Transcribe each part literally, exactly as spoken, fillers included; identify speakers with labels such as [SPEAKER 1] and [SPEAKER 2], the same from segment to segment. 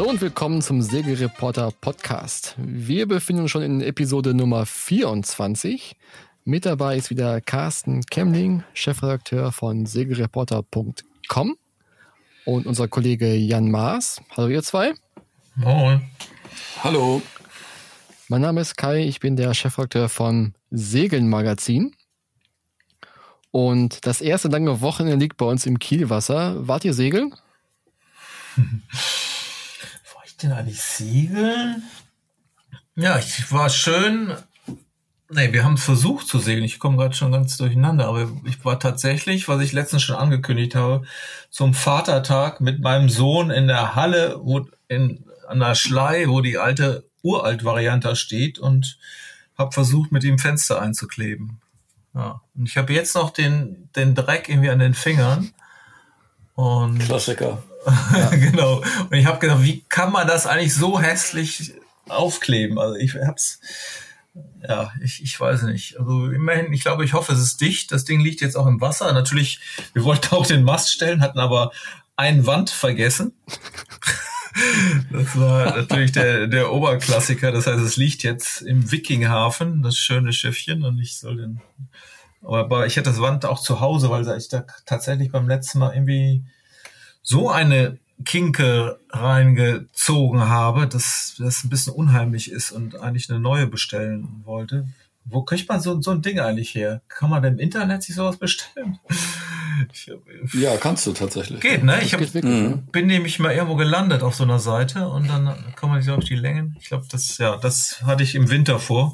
[SPEAKER 1] und willkommen zum Segelreporter Podcast. Wir befinden uns schon in Episode Nummer vierundzwanzig. Mit dabei ist wieder Carsten Kemmling, Chefredakteur von segelreporter punkt com und unser Kollege Jan Maas. Hallo ihr zwei.
[SPEAKER 2] Moin.
[SPEAKER 3] Hallo.
[SPEAKER 1] Mein Name ist Kai, ich bin der Chefredakteur von Segeln Magazin. Und das erste lange Wochenende liegt bei uns im Kielwasser. Wart ihr segeln?
[SPEAKER 2] War ich denn eigentlich segeln? Ja, ich war schön. Nee, wir haben versucht zu segeln. Ich komme gerade schon ganz durcheinander. Aber ich war tatsächlich, was ich letztens schon angekündigt habe, zum Vatertag mit meinem Sohn in der Halle, wo in, an der Schlei, wo die alte Uralt-Variante steht, und habe versucht, mit ihm Fenster einzukleben. Ja. Und ich habe jetzt noch den, den Dreck irgendwie an den Fingern. Und
[SPEAKER 3] Klassiker.
[SPEAKER 2] Ja. Genau. Und ich habe gedacht, wie kann man das eigentlich so hässlich aufkleben? Also ich hab's, ja, ich, ich weiß nicht. Also immerhin, ich glaube, ich hoffe, es ist dicht. Das Ding liegt jetzt auch im Wasser. Natürlich, wir wollten auch den Mast stellen, hatten aber ein Wand vergessen. Das war natürlich der, der Oberklassiker. Das heißt, es liegt jetzt im Wikinghafen, das schöne Schiffchen, und ich soll den, aber ich hatte das Wand auch zu Hause, weil ich da tatsächlich beim letzten Mal irgendwie so eine Kinke reingezogen habe, dass das ein bisschen unheimlich ist und eigentlich eine neue bestellen wollte. Wo kriegt man so, so ein Ding eigentlich her? Kann man denn im Internet sich sowas bestellen? Ich hab,
[SPEAKER 3] ja, kannst du tatsächlich.
[SPEAKER 2] Geht, ne? Ich hab,
[SPEAKER 3] mhm.
[SPEAKER 2] bin nämlich mal irgendwo gelandet auf so einer Seite, und dann kann man sich auf die Längen. Ich glaube, das, ja, das hatte ich im Winter vor.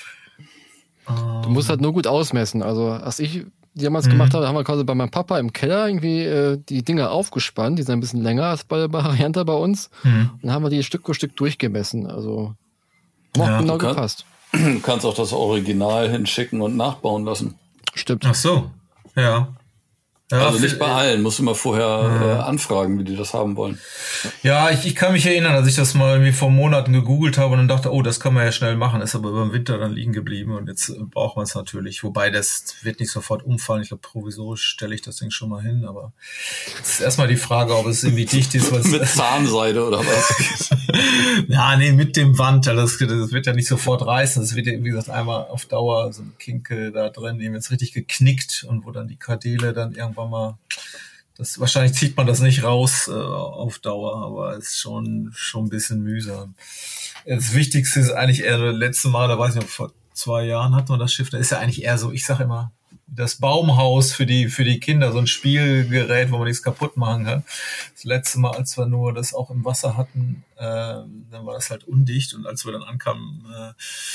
[SPEAKER 1] Du musst halt nur gut ausmessen. Also, als ich damals mhm. gemacht habe, haben wir quasi bei meinem Papa im Keller irgendwie äh, die Dinger aufgespannt. Die sind ein bisschen länger als bei der Variante bei uns. Mhm. Und dann haben wir die Stück für Stück durchgemessen. Also, hat
[SPEAKER 2] ja,
[SPEAKER 1] genau
[SPEAKER 3] du kann,
[SPEAKER 1] gepasst.
[SPEAKER 3] Du kannst auch das Original hinschicken und nachbauen lassen.
[SPEAKER 1] Stimmt.
[SPEAKER 2] Ach so, ja. Ja,
[SPEAKER 3] also nicht bei allen, musst du mal vorher
[SPEAKER 2] ja.
[SPEAKER 3] äh, anfragen, wie die das haben wollen.
[SPEAKER 2] Ja, ich, ich kann mich erinnern, als ich das mal irgendwie vor Monaten gegoogelt habe und dann dachte, oh, das kann man ja schnell machen, ist aber über den Winter dann liegen geblieben, und jetzt braucht man es natürlich. Wobei, das wird nicht sofort umfallen. Ich glaube, provisorisch stelle ich das Ding schon mal hin, aber jetzt ist erstmal die Frage, ob es irgendwie dicht ist.
[SPEAKER 3] Mit Zahnseide oder was?
[SPEAKER 2] Ja, nee, mit dem Wand. Das, das wird ja nicht sofort reißen. Das wird ja, wie gesagt, einmal auf Dauer so eine Kinke da drin, eben jetzt richtig geknickt, und wo dann die Kardele dann irgendwann mal, das wahrscheinlich zieht man das nicht raus äh, auf Dauer, aber es ist schon schon ein bisschen mühsam. Das Wichtigste ist eigentlich eher das letzte Mal, da weiß ich noch, vor zwei Jahren hatten wir das Schiff, da ist ja eigentlich eher so, ich sage immer, das Baumhaus für die für die Kinder, so ein Spielgerät, wo man nichts kaputt machen kann. Das letzte Mal, als wir nur das auch im Wasser hatten, äh, dann war das halt undicht, und als wir dann ankamen, äh,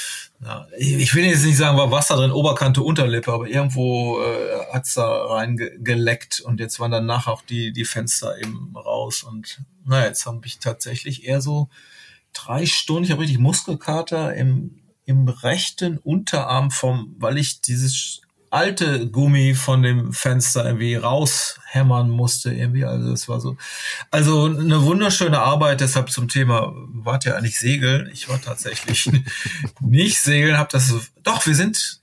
[SPEAKER 2] ja, ich will jetzt nicht sagen, war Wasser drin, Oberkante, Unterlippe, aber irgendwo äh, hat's da rein ge- geleckt, und jetzt waren danach auch die die Fenster eben raus, und naja, jetzt habe ich tatsächlich eher so drei Stunden, ich habe richtig Muskelkater im im rechten Unterarm, vom, weil ich dieses alte Gummi von dem Fenster irgendwie raushämmern musste irgendwie, also es war so, also eine wunderschöne Arbeit. Deshalb zum Thema, wart ja eigentlich segeln? Ich war tatsächlich nicht segeln, hab das, doch, wir sind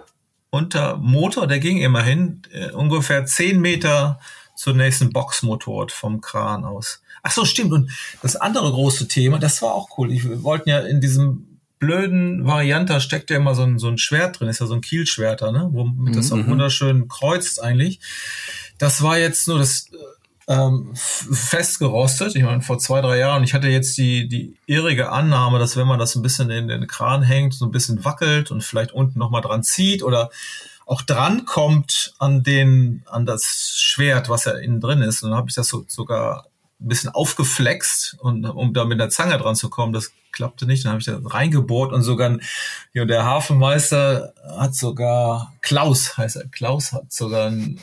[SPEAKER 2] unter Motor, der ging immerhin äh, ungefähr zehn Meter zur nächsten Boxmotor vom Kran aus. Ach so, stimmt. Und das andere große Thema, das war auch cool. Ich, wir wollten ja in diesem blöden Variante, steckt ja immer so ein, so ein Schwert drin, ist ja so ein Kielschwerter, ne, womit das auch wunderschön kreuzt eigentlich. Das war jetzt nur das ähm, festgerostet. Ich meine, vor zwei, drei Jahren, ich hatte jetzt die die irrige Annahme, dass wenn man das ein bisschen in den Kran hängt, so ein bisschen wackelt und vielleicht unten nochmal dran zieht oder auch dran kommt an den an das Schwert, was ja innen drin ist. Und dann habe ich das so, sogar ein bisschen aufgeflext, und um da mit der Zange dran zu kommen, das klappte nicht. Dann habe ich da reingebohrt, und sogar ja, der Hafenmeister hat sogar, Klaus heißt er, Klaus hat sogar einen,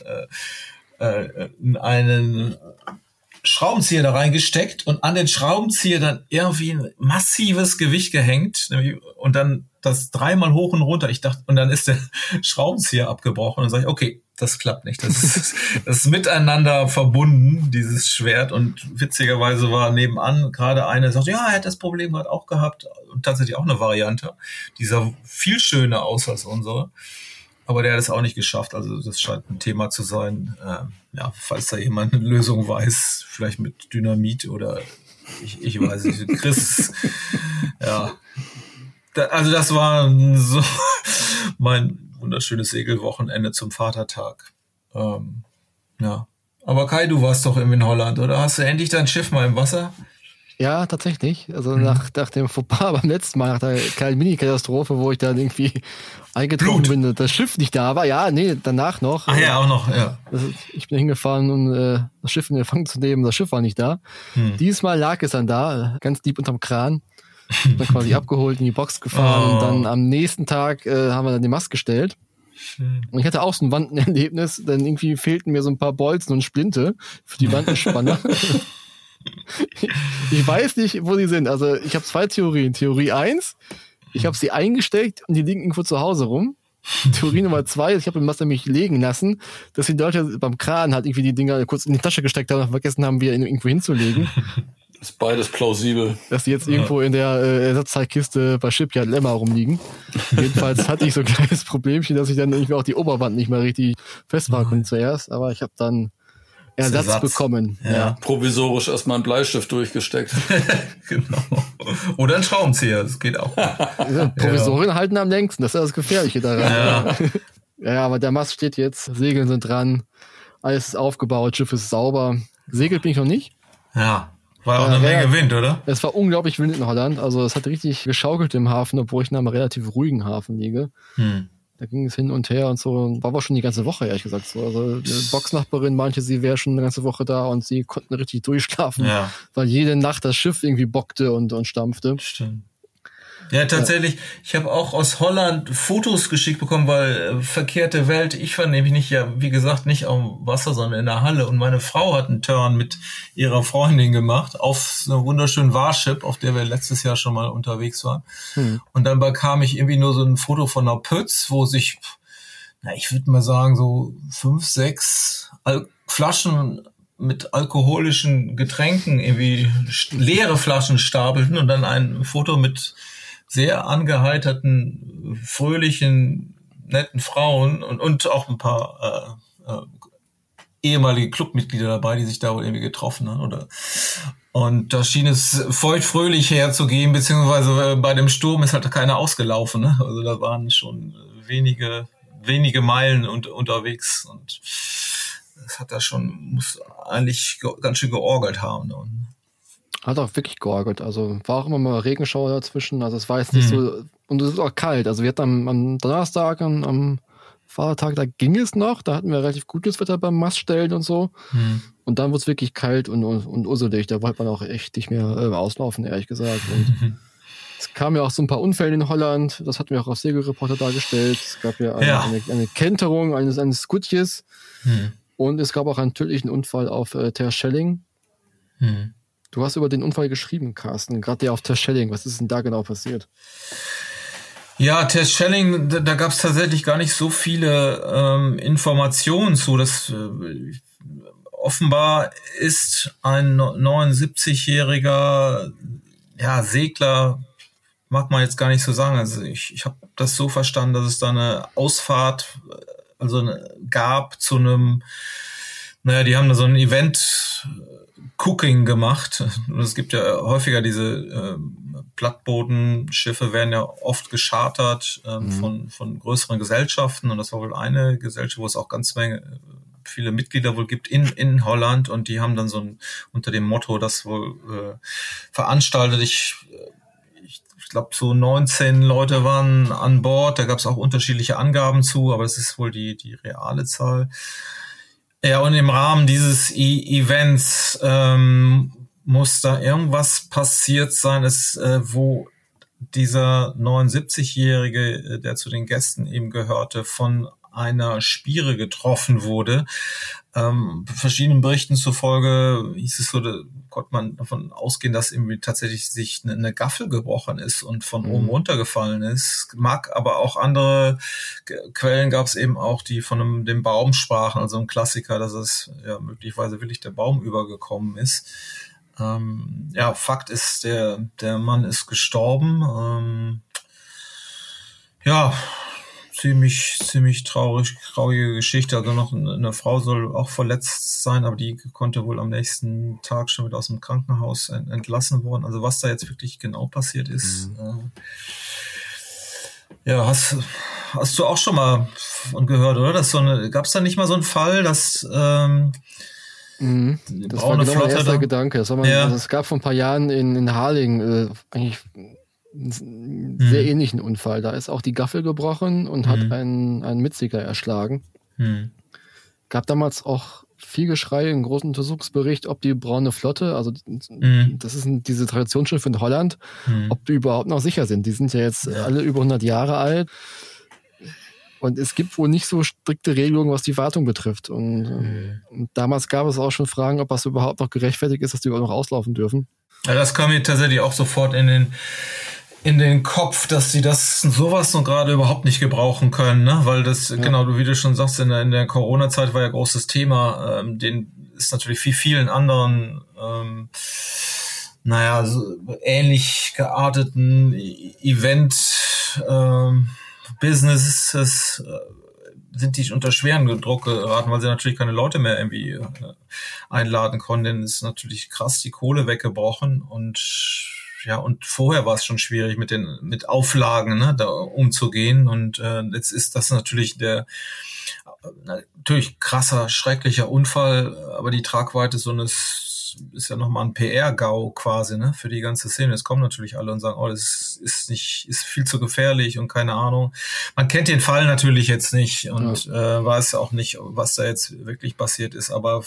[SPEAKER 2] äh, einen Schraubenzieher da reingesteckt und an den Schraubenzieher dann irgendwie ein massives Gewicht gehängt und dann das dreimal hoch und runter. Ich dachte, und dann ist der Schraubenzieher abgebrochen, und dann sage ich, okay, das klappt nicht. Das ist, das ist miteinander verbunden, dieses Schwert. Und witzigerweise war nebenan gerade eine, sagt, ja, er hat das Problem gerade auch gehabt, und tatsächlich auch eine Variante, die sah viel schöner aus als unsere. Aber der hat es auch nicht geschafft. Also das scheint ein Thema zu sein. Ähm, ja, falls da jemand eine Lösung weiß, vielleicht mit Dynamit oder ich, ich weiß nicht. Chris, ja. Da, also das war so mein wunderschönes Segelwochenende zum Vatertag. Ähm, ja. Aber Kai, du warst doch irgendwie in Holland, oder? Hast du endlich dein Schiff mal im Wasser?
[SPEAKER 1] Ja, tatsächlich. Also
[SPEAKER 2] Mhm.
[SPEAKER 1] nach, nach dem Fauxpas beim letzten Mal, nach der kleinen Mini-Katastrophe, wo ich dann irgendwie eingetroffen
[SPEAKER 2] Blut.
[SPEAKER 1] bin und das Schiff nicht da war. Ja, nee, danach noch.
[SPEAKER 2] Ach ja, auch noch, ja.
[SPEAKER 1] Das ist, ich bin hingefahren, um äh, das Schiff in Empfang zu nehmen. Das Schiff war nicht da.
[SPEAKER 2] Hm.
[SPEAKER 1] Diesmal lag es dann da, ganz deep unterm Kran. Dann quasi abgeholt, in die Box gefahren.
[SPEAKER 2] Oh.
[SPEAKER 1] Und dann am nächsten Tag äh, haben wir dann die Mast gestellt.
[SPEAKER 2] Schön.
[SPEAKER 1] Und ich hatte auch so ein Wandenerlebnis, denn irgendwie fehlten mir so ein paar Bolzen und Splinte für die Wandenspanner. Ich weiß nicht, wo die sind. Also ich habe zwei Theorien. Theorie eins, ich habe sie eingesteckt und die liegen irgendwo zu Hause rum. Theorie Nummer zwei, ich habe den Mast nämlich legen lassen, dass die Leute beim Kran halt irgendwie die Dinger kurz in die Tasche gesteckt haben und vergessen haben, wieder irgendwo hinzulegen.
[SPEAKER 3] Ist beides plausibel.
[SPEAKER 1] Dass die jetzt irgendwo in der äh, Ersatzteilkiste bei Shipyard Lemmer rumliegen. Jedenfalls hatte ich so ein kleines Problemchen, dass ich dann irgendwie auch die Oberwand nicht mehr richtig festmachen konnte zuerst. Aber ich habe dann Ersatz, Ersatz bekommen.
[SPEAKER 2] Ja.
[SPEAKER 1] Ja.
[SPEAKER 3] Provisorisch erstmal einen Bleistift durchgesteckt.
[SPEAKER 2] Genau. Oder ein Schraubenzieher, das geht auch.
[SPEAKER 1] Ja, Provisorien ja. halten am längsten, das ist das Gefährliche daran.
[SPEAKER 2] Ja.
[SPEAKER 1] Ja, aber der Mast steht jetzt, Segeln sind dran, alles ist aufgebaut, Schiff ist sauber. Segelt bin ich noch nicht.
[SPEAKER 2] Ja, war auch
[SPEAKER 1] äh,
[SPEAKER 2] eine Menge
[SPEAKER 1] ja,
[SPEAKER 2] Wind, oder?
[SPEAKER 1] Es war unglaublich Wind in Holland, also es hat richtig geschaukelt im Hafen, obwohl ich in einem relativ ruhigen Hafen liege. Hm. Da ging es hin und her und so. War aber schon die ganze Woche, ehrlich gesagt. So. Also eine Boxnachbarin meinte, sie wäre schon eine ganze Woche da und sie konnten richtig durchschlafen, ja. weil jede Nacht das Schiff irgendwie bockte und, und stampfte.
[SPEAKER 2] Stimmt. Ja, tatsächlich. Ja. Ich habe auch aus Holland Fotos geschickt bekommen, weil äh, verkehrte Welt. Ich war nämlich nicht, ja, wie gesagt, nicht am Wasser, sondern in der Halle. Und meine Frau hat einen Turn mit ihrer Freundin gemacht auf so einem wunderschönen Warship, auf der wir letztes Jahr schon mal unterwegs waren. Hm. Und dann bekam ich irgendwie nur so ein Foto von einer Pütz, wo sich, na, ich würde mal sagen, so fünf, sechs Al- Flaschen mit alkoholischen Getränken, irgendwie leere Flaschen stapelten und dann ein Foto mit sehr angeheiterten, fröhlichen, netten Frauen und, und auch ein paar äh, äh, ehemalige Clubmitglieder dabei, die sich da wohl irgendwie getroffen haben, oder? Und da schien es feuchtfröhlich herzugehen, beziehungsweise bei dem Sturm ist halt keiner ausgelaufen, ne? Also da waren schon wenige, wenige Meilen und, unterwegs und das hat da schon, muss eigentlich ganz schön georgelt haben. Ne?
[SPEAKER 1] Hat auch wirklich georgelt. Also war auch immer mal Regenschauer dazwischen. Also es war jetzt nicht hm. so, und es ist auch kalt. Also wir hatten am, am Donnerstag, am, am Vatertag, da ging es noch. Da hatten wir relativ gutes Wetter beim Maststellen und so. Hm. Und dann wurde es wirklich kalt und, und, und usselig. Da wollte man auch echt nicht mehr äh, auslaufen, ehrlich gesagt. Und es kamen ja auch so ein paar Unfälle in Holland. Das hatten wir auch auf Segelreporter dargestellt. Es gab ja eine, ja. eine, eine Kenterung eines, eines Gutjes. Hm. Und es gab auch einen tödlichen Unfall auf äh, Terschelling. Hm. Du hast über den Unfall geschrieben, Carsten, gerade der auf Terschelling. Was ist denn da genau passiert?
[SPEAKER 2] Ja, Terschelling, da, da gab es tatsächlich gar nicht so viele ähm, Informationen zu. Das äh, offenbar ist ein neunundsiebzigjähriger ja, Segler, mag man jetzt gar nicht so sagen. Also ich, ich habe das so verstanden, dass es da eine Ausfahrt also eine, gab zu einem, naja, die haben da so ein Event Cooking gemacht. Und es gibt ja häufiger diese äh, Plattbodenschiffe werden ja oft geschartert äh, mhm. von von größeren Gesellschaften und das war wohl eine Gesellschaft, wo es auch ganz Menge, viele Mitglieder wohl gibt in in Holland und die haben dann so ein unter dem Motto das wohl äh, veranstaltet. Ich ich, ich glaube so neunzehn Leute waren an Bord. Da gab es auch unterschiedliche Angaben zu, aber es ist wohl die die reale Zahl. Ja, und im Rahmen dieses e- Events ähm, muss da irgendwas passiert sein, es, äh, wo dieser neunundsiebzigjährige, der zu den Gästen eben gehörte, von einer Spiere getroffen wurde. Ähm, verschiedenen Berichten zufolge hieß es so, da konnte man davon ausgehen, dass irgendwie tatsächlich sich eine, eine Gaffel gebrochen ist und von mhm. oben runtergefallen ist. Mag aber auch andere G- Quellen gab es eben auch, die von einem, dem Baum sprachen, also ein Klassiker, dass es ja möglicherweise wirklich der Baum übergekommen ist. Ähm, ja, Fakt ist, der der Mann ist gestorben. Ähm, ja, ziemlich, ziemlich traurig, traurige Geschichte. Also noch eine Frau soll auch verletzt sein, aber die konnte wohl am nächsten Tag schon wieder aus dem Krankenhaus entlassen worden. Also was da jetzt wirklich genau passiert ist. Mhm. Äh, ja, hast, hast du auch schon mal von gehört, oder? Dass so eine, gab es da nicht mal so einen Fall, dass ähm,
[SPEAKER 1] mhm. Das war genau mein erster da? Gedanke. Das war mal, ja. also es gab vor ein paar Jahren in, in Harlingen äh, eigentlich einen sehr hm. ähnlichen Unfall. Da ist auch die Gaffel gebrochen und hm. hat einen, einen Mitziger erschlagen. Hm. Gab damals auch viel Geschrei, einen großen Untersuchungsbericht, ob die Braune Flotte, also hm. das ist diese Traditionsschiffe in Holland, hm. ob die überhaupt noch sicher sind. Die sind ja jetzt ja. alle über hundert Jahre alt. Und es gibt wohl nicht so strikte Regelungen, was die Wartung betrifft. Und, hm. und damals gab es auch schon Fragen, ob das überhaupt noch gerechtfertigt ist, dass die überhaupt noch auslaufen dürfen.
[SPEAKER 2] Ja, das kam mir tatsächlich auch sofort in den in den Kopf, dass sie das sowas so gerade überhaupt nicht gebrauchen können, ne? Weil das, ja. genau, wie du schon sagst, in der, in der Corona-Zeit war ja großes Thema, ähm, den ist natürlich wie vielen anderen, ähm, naja, so ähnlich gearteten Event, ähm, Businesses, äh, sind die unter schweren Druck geraten, weil sie natürlich keine Leute mehr irgendwie äh, einladen konnten. Denn ist natürlich krass die Kohle weggebrochen und ja, und vorher war es schon schwierig, mit den mit Auflagen, ne, da umzugehen. Und äh, jetzt ist das natürlich der natürlich krasser, schrecklicher Unfall, aber die Tragweite so eines ist ja nochmal ein P R-Gau quasi, ne, für die ganze Szene. Jetzt kommen natürlich alle und sagen, oh, das ist nicht, ist viel zu gefährlich und keine Ahnung. Man kennt den Fall natürlich jetzt nicht und ja. äh, weiß auch nicht, was da jetzt wirklich passiert ist, aber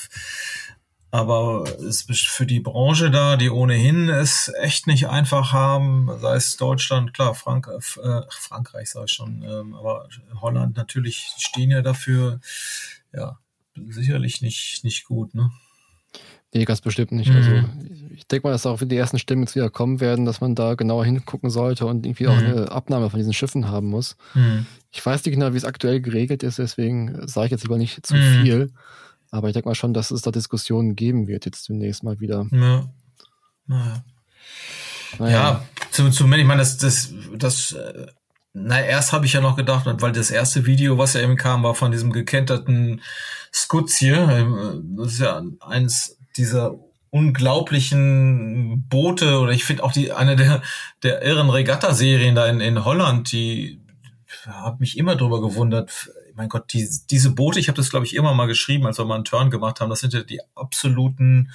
[SPEAKER 2] Aber es ist für die Branche da, die ohnehin es echt nicht einfach haben, sei es Deutschland, klar, Frank, äh, Frankreich sag ich schon, ähm, aber Holland natürlich stehen ja dafür, ja, sicherlich nicht nicht gut, ne?
[SPEAKER 1] Nee, ganz bestimmt nicht. Mhm. Also ich denke mal, dass auch die ersten Stimmen jetzt wieder kommen werden, dass man da genauer hingucken sollte und irgendwie mhm. auch eine Abnahme von diesen Schiffen haben muss. Mhm. Ich weiß nicht genau, wie es aktuell geregelt ist, deswegen sage ich jetzt lieber nicht zu mhm. viel. Aber ich denke mal schon, dass es da Diskussionen geben wird jetzt demnächst mal wieder.
[SPEAKER 2] Ja, naja. Naja. Ja, zum, zum, ich meine, das, das, das, na, erst habe ich ja noch gedacht, weil das erste Video, was ja eben kam, war von diesem gekenterten Skutje. Das ist ja eines dieser unglaublichen Boote, oder ich finde auch die, eine der, der irren Regatta-Serien da in, in Holland, die habe mich immer drüber gewundert. Mein Gott, die, diese Boote, ich habe das, glaube ich, immer mal geschrieben, als wir mal einen Turn gemacht haben, das sind ja die absoluten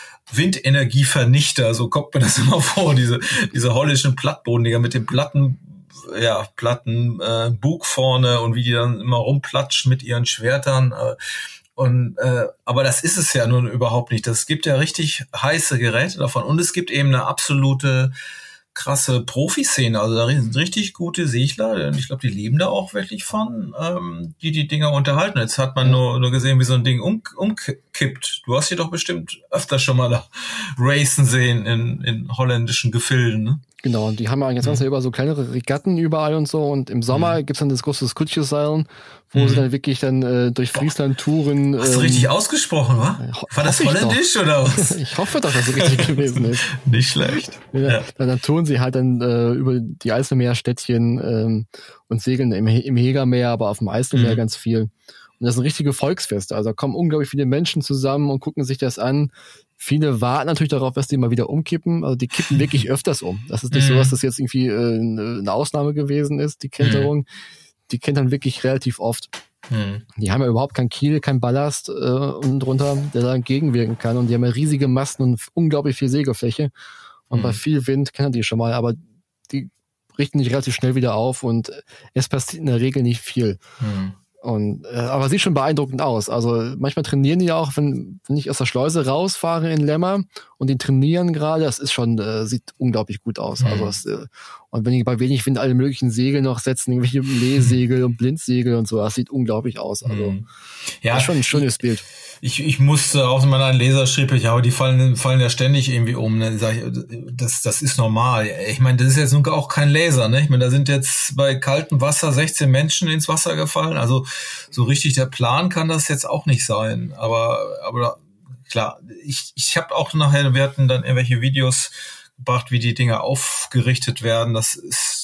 [SPEAKER 2] Windenergievernichter, so kommt mir das immer vor, diese diese holländischen Plattbodendinger mit dem platten, ja, platten äh, Bug vorne und wie die dann immer rumplatschen mit ihren Schwertern. Äh, und äh, aber das ist es ja nun überhaupt nicht. Das gibt ja richtig heiße Geräte davon und es gibt eben eine absolute krasse Profiszene, also da sind richtig gute Segler, und ich glaube, die leben da auch wirklich von, ähm, die die Dinger unterhalten. Jetzt hat man nur, nur gesehen, wie so ein Ding um, umkippt. Du hast hier doch bestimmt öfter schon mal da racen sehen in, in holländischen Gefilden, ne?
[SPEAKER 1] Genau, und die haben eigentlich sonst mhm. ja über so kleinere Regatten überall und so, und im Sommer mhm. gibt's dann das große Skutjeseilen, wo mhm. sie dann wirklich dann äh, durch Friesland touren.
[SPEAKER 2] Hast ähm, du richtig ausgesprochen, wa? War das holländisch oder was?
[SPEAKER 1] Ich hoffe doch, dass es richtig gewesen ist.
[SPEAKER 2] Nicht schlecht.
[SPEAKER 1] Ja, ja. Dann, dann touren sie halt dann äh, über die Eiselmeerstädtchen ähm, und segeln im, im Hegermeer, aber auf dem Eiselmeer mhm. ganz viel. Und das sind richtige Volksfeste, also da kommen unglaublich viele Menschen zusammen und gucken sich das an. Viele warten natürlich darauf, dass die mal wieder umkippen. Also die kippen wirklich öfters um. Das ist nicht mm. so, dass das jetzt irgendwie äh, eine Ausnahme gewesen ist, die Kenterung. Mm. Die kentern wirklich relativ oft. Mm. Die haben ja überhaupt kein Kiel, kein Ballast äh, unten drunter, der da entgegenwirken kann. Und die haben ja riesige Masten und unglaublich viel Segelfläche. Und mm. bei viel Wind kennen die schon mal. Aber die richten sich relativ schnell wieder auf und es passiert in der Regel nicht viel. Mm. Und äh, aber sieht schon beeindruckend aus. Also manchmal trainieren die ja auch, wenn, wenn ich aus der Schleuse rausfahre in Lemmer und die trainieren gerade, das ist schon, äh, sieht unglaublich gut aus. Mhm. Also das, äh, und wenn die bei wenig Wind alle möglichen Segel noch setzen, irgendwelche Lehsegel und Blindsegel und so, das sieht unglaublich aus. Also
[SPEAKER 2] mhm. ja,
[SPEAKER 1] das ist schon ein schönes Bild.
[SPEAKER 2] Ich, ich musste auch in meiner Leser schrieb ich, ja, aber die fallen, fallen ja ständig irgendwie um. Ne? Sag ich, das, das ist normal. Ich meine, das ist jetzt nun auch kein Laser. Ne? Ich meine, da sind jetzt bei kaltem Wasser sechzehn Menschen ins Wasser gefallen. Also so richtig der Plan kann das jetzt auch nicht sein. Aber, aber klar, ich, ich habe auch nachher, wir hatten dann irgendwelche Videos gebracht, wie die Dinger aufgerichtet werden. Das ist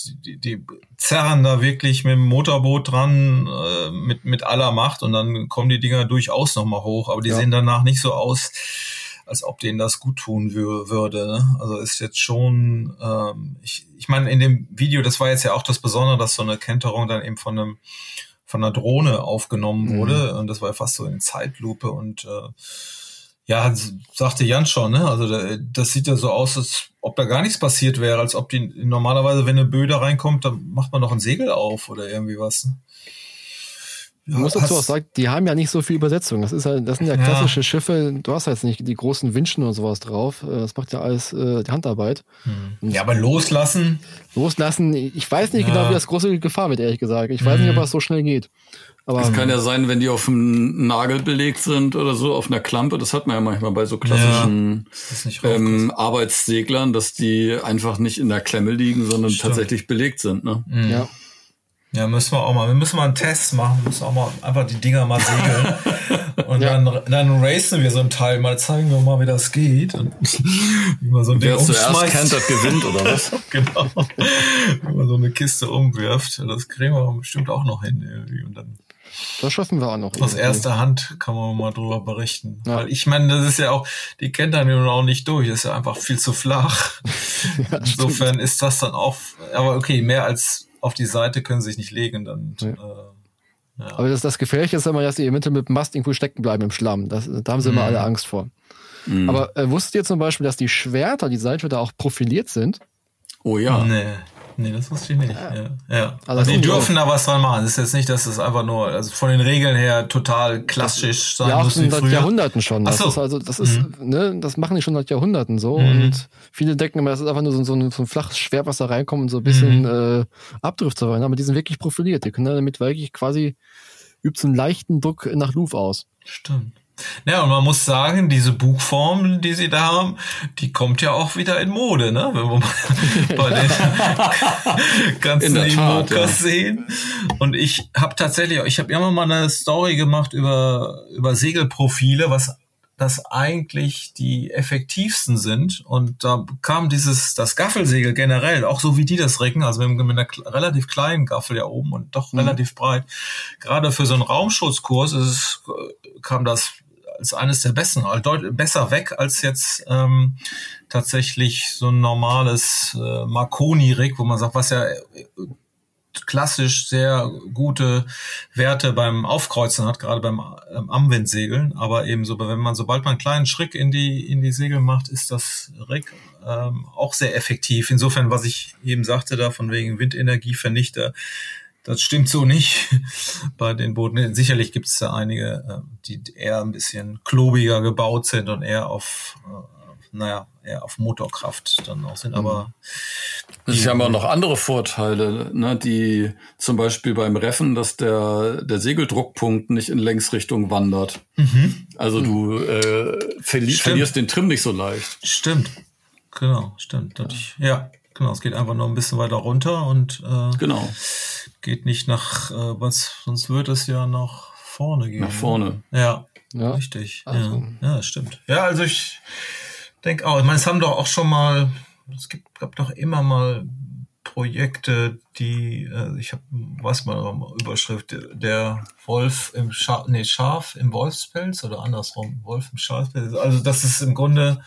[SPEAKER 2] die, die zerren da wirklich mit dem Motorboot dran, äh, mit, mit aller Macht und dann kommen die Dinger durchaus nochmal hoch, aber die ja. sehen danach nicht so aus, als ob denen das gut tun wür- würde. Ne? Also ist jetzt schon, ähm, ich, ich meine, in dem Video, das war jetzt ja auch das Besondere, dass so eine Kenterung dann eben von einem von einer Drohne aufgenommen wurde mhm. und das war fast so in Zeitlupe und äh, ja, sagte Jan schon, ne? Also das sieht ja so aus, als ob da gar nichts passiert wäre, als ob die normalerweise, wenn eine Böe da reinkommt, dann macht man doch ein Segel auf oder irgendwie was. Ne?
[SPEAKER 1] Ja, ich muss dazu auch sagen, die haben ja nicht so viel Übersetzung. Das ist halt, das sind ja klassische ja. Schiffe. Du hast jetzt nicht die großen Winschen und sowas drauf. Das macht ja alles äh, die Handarbeit.
[SPEAKER 2] Hm. Ja, aber loslassen.
[SPEAKER 1] Loslassen. Ich weiß nicht ja. genau, wie das große Gefahr wird, ehrlich gesagt. Ich weiß hm. nicht, ob das so schnell geht. Aber
[SPEAKER 3] es kann ja sein, wenn die auf einem Nagel belegt sind oder so, auf einer Klampe, das hat man ja manchmal bei so klassischen ja, ähm, Arbeitsseglern, dass die einfach nicht in der Klemme liegen, sondern Stimmt. tatsächlich belegt sind. Ne?
[SPEAKER 2] Mhm. Ja. Ja, müssen wir auch mal, wir müssen mal einen Test machen, wir müssen auch mal einfach die Dinger mal segeln und ja. dann, dann racen wir so ein Teil, mal zeigen wir mal, wie das geht und wie man so ein Ding
[SPEAKER 3] Wer zuerst kentert, gewinnt, oder was?
[SPEAKER 2] Genau, wenn man so eine Kiste umwirft, das kriegen wir bestimmt auch noch hin irgendwie und dann
[SPEAKER 1] das schaffen wir auch noch.
[SPEAKER 2] Aus erster Hand kann man mal drüber berichten. Ja. Weil ich meine, das ist ja auch, die kennt dann ja auch nicht durch, das ist ja einfach viel zu flach. Ja, insofern stimmt. Ist das dann auch, aber okay, mehr als auf die Seite können sie sich nicht legen, dann. Ja. Äh,
[SPEAKER 1] ja. Aber das, das Gefährliche ist immer, dass die eventuell mit dem Mast irgendwo stecken bleiben im Schlamm. Das, da haben sie mhm. immer alle Angst vor. Mhm. Aber äh, wusstet ihr zum Beispiel, dass die Schwerter, die Seilschwerter auch profiliert sind?
[SPEAKER 3] Oh ja.
[SPEAKER 2] Nee. Nee, das wusste ich nicht. Ja. Ja. Ja. Also, also die dürfen da was dran machen. Das ist jetzt nicht, dass es einfach nur, also von den Regeln her total klassisch sein
[SPEAKER 1] ja,
[SPEAKER 2] muss
[SPEAKER 1] wie früher. Seit Jahrhunderten schon. Das Ach so. ist also, das ist, mhm. ne, das machen die schon seit Jahrhunderten so. Mhm. Und viele denken immer, das ist einfach nur so, so, ein, so ein flaches Schwert, was da reinkommt und so ein bisschen mhm. äh, abdriftet zu werden. Aber die sind wirklich profiliert. Die können damit wirklich quasi, übt so einen leichten Druck nach Luft aus.
[SPEAKER 2] Stimmt. Ja, und man muss sagen, diese Bugform, die sie da haben, die kommt ja auch wieder in Mode, ne? Wenn wir mal bei den ganzen Imokas ja. sehen. Und ich habe tatsächlich, ich habe immer mal eine Story gemacht über über Segelprofile, was das eigentlich die effektivsten sind. Und da kam dieses, das Gaffelsegel generell, auch so wie die das recken, also mit, mit einer relativ kleinen Gaffel ja oben und doch mhm. relativ breit. Gerade für so einen Raumschutzkurs ist es, kam das als eines der besten, also deutlich besser weg als jetzt ähm, tatsächlich so ein normales äh, Marconi-Rig, wo man sagt, was ja äh, klassisch sehr gute Werte beim Aufkreuzen hat, gerade beim ähm, Amwindsegeln, aber eben so, wenn man, sobald man einen kleinen Schritt in die in die Segel macht, ist das Rig ähm, auch sehr effektiv. Insofern, was ich eben sagte, da von wegen Windenergievernichter, das stimmt so nicht bei den Booten. Sicherlich gibt es da einige, die eher ein bisschen klobiger gebaut sind und eher auf, naja, eher auf Motorkraft dann auch sind. Aber
[SPEAKER 3] sie haben auch noch andere Vorteile, ne? Die zum Beispiel beim Reffen, dass der der Segeldruckpunkt nicht in Längsrichtung wandert. Mhm. Also du äh, verli- verlierst den Trim nicht so leicht.
[SPEAKER 2] Stimmt, genau, stimmt. Dadurch, ja, genau. Es geht einfach nur ein bisschen weiter runter und äh,
[SPEAKER 3] genau.
[SPEAKER 2] Geht nicht nach, äh, was, sonst wird es ja nach vorne gehen.
[SPEAKER 3] Nach vorne.
[SPEAKER 2] Ja, ja. Richtig. Also. Ja. ja, stimmt. Ja, also ich denke auch, ich meine, es haben doch auch schon mal, es gibt, gab doch immer mal Projekte, die, äh, ich habe, weiß mal, Überschrift, der Wolf im Schaf, nee, Schaf im Wolfspelz oder andersrum, Wolf im Schafspelz. Also das ist im Grunde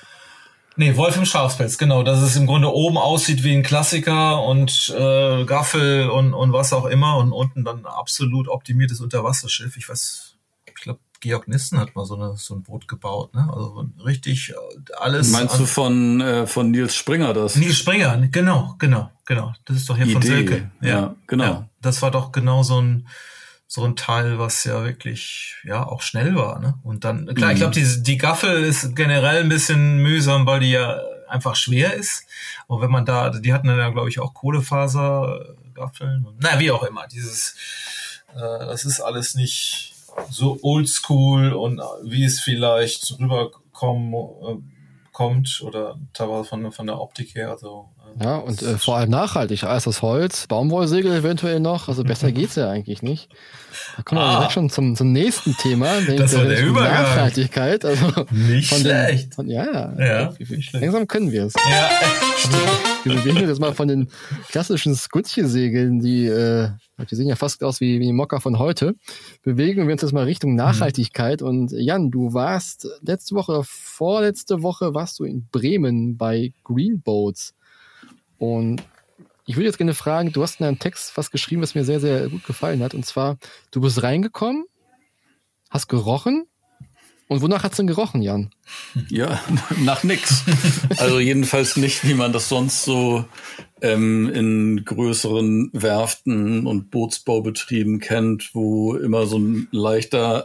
[SPEAKER 2] Nee, Wolf im Schafspelz, genau. Dass es im Grunde oben aussieht wie ein Klassiker und äh, Gaffel und und was auch immer und unten dann absolut optimiertes Unterwasserschiff. Ich weiß, ich glaube, Georg Nissen hat mal so eine so ein Boot gebaut, ne? Also richtig alles.
[SPEAKER 3] Meinst du von äh, von Nils Springer das?
[SPEAKER 2] Nils Springer, genau, genau, genau. Das ist doch hier Idee. Von Selke.
[SPEAKER 3] Ja, ja genau. Ja,
[SPEAKER 2] das war doch genau so ein so ein Teil, was ja wirklich ja auch schnell war, ne? Und dann klar, mhm. ich glaube, die die Gaffel ist generell ein bisschen mühsam, weil die ja einfach schwer ist. Und wenn man da, die hatten dann ja, glaube ich, auch Kohlefasergaffeln. Na, wie auch immer. Dieses, äh, das ist alles nicht so oldschool und wie es vielleicht rüberkommen äh, kommt oder teilweise von von der Optik her. Also
[SPEAKER 1] ja, und äh, vor allem nachhaltig, als das Holz, Baumwollsegel eventuell noch, also besser geht's ja eigentlich nicht. Da kommen wir ah, direkt schon zum, zum nächsten Thema.
[SPEAKER 2] Das war der Übergang.
[SPEAKER 1] Nachhaltigkeit. Also
[SPEAKER 2] nicht
[SPEAKER 1] von
[SPEAKER 2] schlecht.
[SPEAKER 1] Den, von, ja,
[SPEAKER 2] ja
[SPEAKER 1] langsam können wir es.
[SPEAKER 2] Ja, stimmt.
[SPEAKER 1] Wir bewegen uns jetzt mal von den klassischen Skutje-Segeln, die, äh, die sehen ja fast aus wie, wie die Mokka von heute, bewegen wir uns jetzt mal Richtung Nachhaltigkeit. Mhm. Und Jan, du warst letzte Woche, vorletzte Woche warst du in Bremen bei Green Boats. Und ich würde jetzt gerne fragen, du hast in einem Text was geschrieben, was mir sehr, sehr gut gefallen hat. Und zwar, du bist reingekommen, hast gerochen. Und wonach hat's denn gerochen, Jan?
[SPEAKER 3] Ja, nach nix. Also jedenfalls nicht, wie man das sonst so ähm, in größeren Werften und Bootsbaubetrieben kennt, wo immer so ein leichter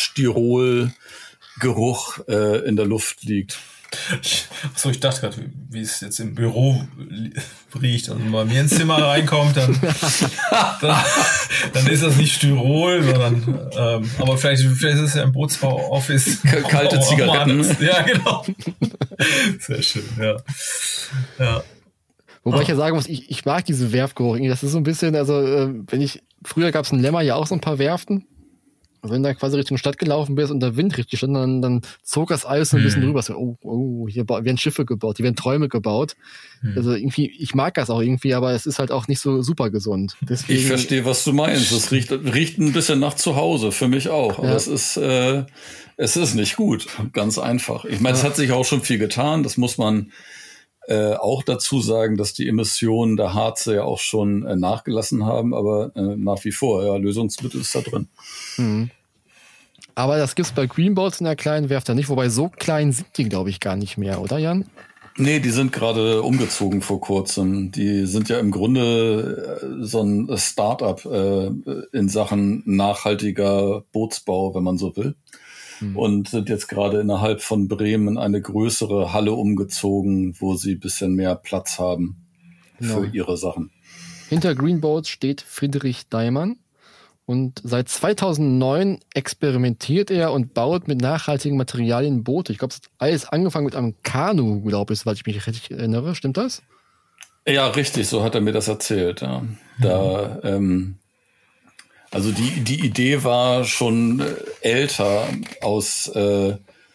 [SPEAKER 3] Styrol-Geruch äh, in der Luft liegt.
[SPEAKER 2] So, ich dachte gerade, wie es jetzt im Büro riecht. Also wenn man bei mir ins Zimmer reinkommt, dann, dann, dann ist das nicht Styrol, sondern ähm, aber vielleicht, vielleicht ist es ja im Bootsbau-Office.
[SPEAKER 3] Kalte Zigaretten.
[SPEAKER 2] Ja, genau. Sehr schön, ja. Ja.
[SPEAKER 1] Wobei oh. ich ja sagen muss, ich, ich mag diese Werftgeruch. Das ist so ein bisschen, also äh, wenn ich, früher gab es in Lemmer ja auch so ein paar Werften. Und wenn du da quasi Richtung Stadt gelaufen bist und der Wind richtig stand, dann, dann zog das alles so ein bisschen hm. rüber. So, oh, oh, hier werden Schiffe gebaut, hier werden Träume gebaut. Hm. Also irgendwie, ich mag das auch irgendwie, aber es ist halt auch nicht so super gesund. Deswegen,
[SPEAKER 3] ich verstehe, was du meinst. Es riecht, riecht ein bisschen nach zu Hause, für mich auch. Aber ja. es ist, äh, es ist nicht gut. Ganz einfach. Ich meine, ja. es hat sich auch schon viel getan. Das muss man äh, auch dazu sagen, dass die Emissionen der Harze ja auch schon äh, nachgelassen haben, aber äh, nach wie vor, ja, Lösungsmittel ist da drin.
[SPEAKER 1] Mhm. Aber das gibt's bei Green Boats in der kleinen Werft nicht, wobei so klein sind die, glaube ich, gar nicht mehr, oder Jan?
[SPEAKER 3] Nee, die sind gerade umgezogen vor kurzem. Die sind ja im Grunde äh, so ein Start-up äh, in Sachen nachhaltiger Bootsbau, wenn man so will. Hm. Und sind jetzt gerade innerhalb von Bremen in eine größere Halle umgezogen, wo sie ein bisschen mehr Platz haben für ja. ihre Sachen.
[SPEAKER 1] Hinter Green Boats steht Friedrich Daimann. Und seit zweitausendneun experimentiert er und baut mit nachhaltigen Materialien Boote. Ich glaube, es hat alles angefangen mit einem Kanu, glaube ich, weil ich mich richtig erinnere. Stimmt das?
[SPEAKER 3] Ja, richtig, so hat er mir das erzählt. Ja. Da, ähm, also die, die Idee war schon älter aus äh,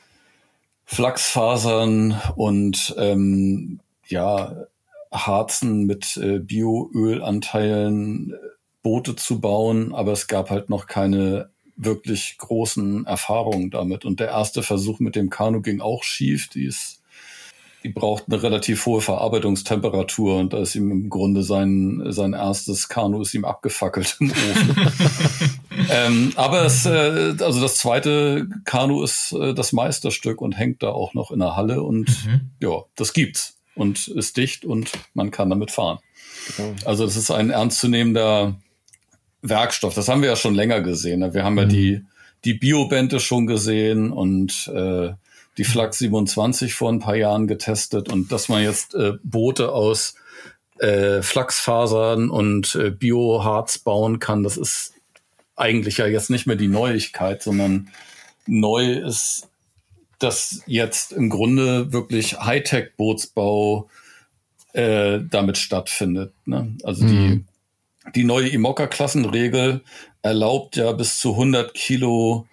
[SPEAKER 3] Flachsfasern und ähm, ja, Harzen mit äh, Bioölanteilen Boote zu bauen, aber es gab halt noch keine wirklich großen Erfahrungen damit. Und der erste Versuch mit dem Kanu ging auch schief. Die, ist, die braucht eine relativ hohe Verarbeitungstemperatur und da ist ihm im Grunde sein, sein erstes Kanu ist ihm abgefackelt im Ofen. ähm, aber es, äh, also das zweite Kanu ist äh, das Meisterstück und hängt da auch noch in der Halle und mhm. ja, das gibt's und ist dicht und man kann damit fahren. Genau. Also das ist ein ernstzunehmender Werkstoff, das haben wir ja schon länger gesehen. Wir haben ja die, die Biobände schon gesehen und äh, die Flak siebenundzwanzig vor ein paar Jahren getestet und dass man jetzt äh, Boote aus äh, Flachsfasern und äh, Bioharz bauen kann, das ist eigentlich ja jetzt nicht mehr die Neuigkeit, sondern neu ist, dass jetzt im Grunde wirklich Hightech-Bootsbau äh, damit stattfindet. Ne? Also mhm. die Die neue I M O C A-Klassenregel erlaubt ja bis zu hundert Kilo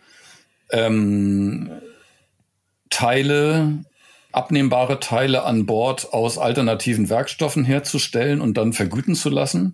[SPEAKER 3] ähm, Teile, abnehmbare Teile an Bord aus alternativen Werkstoffen herzustellen und dann vergüten zu lassen.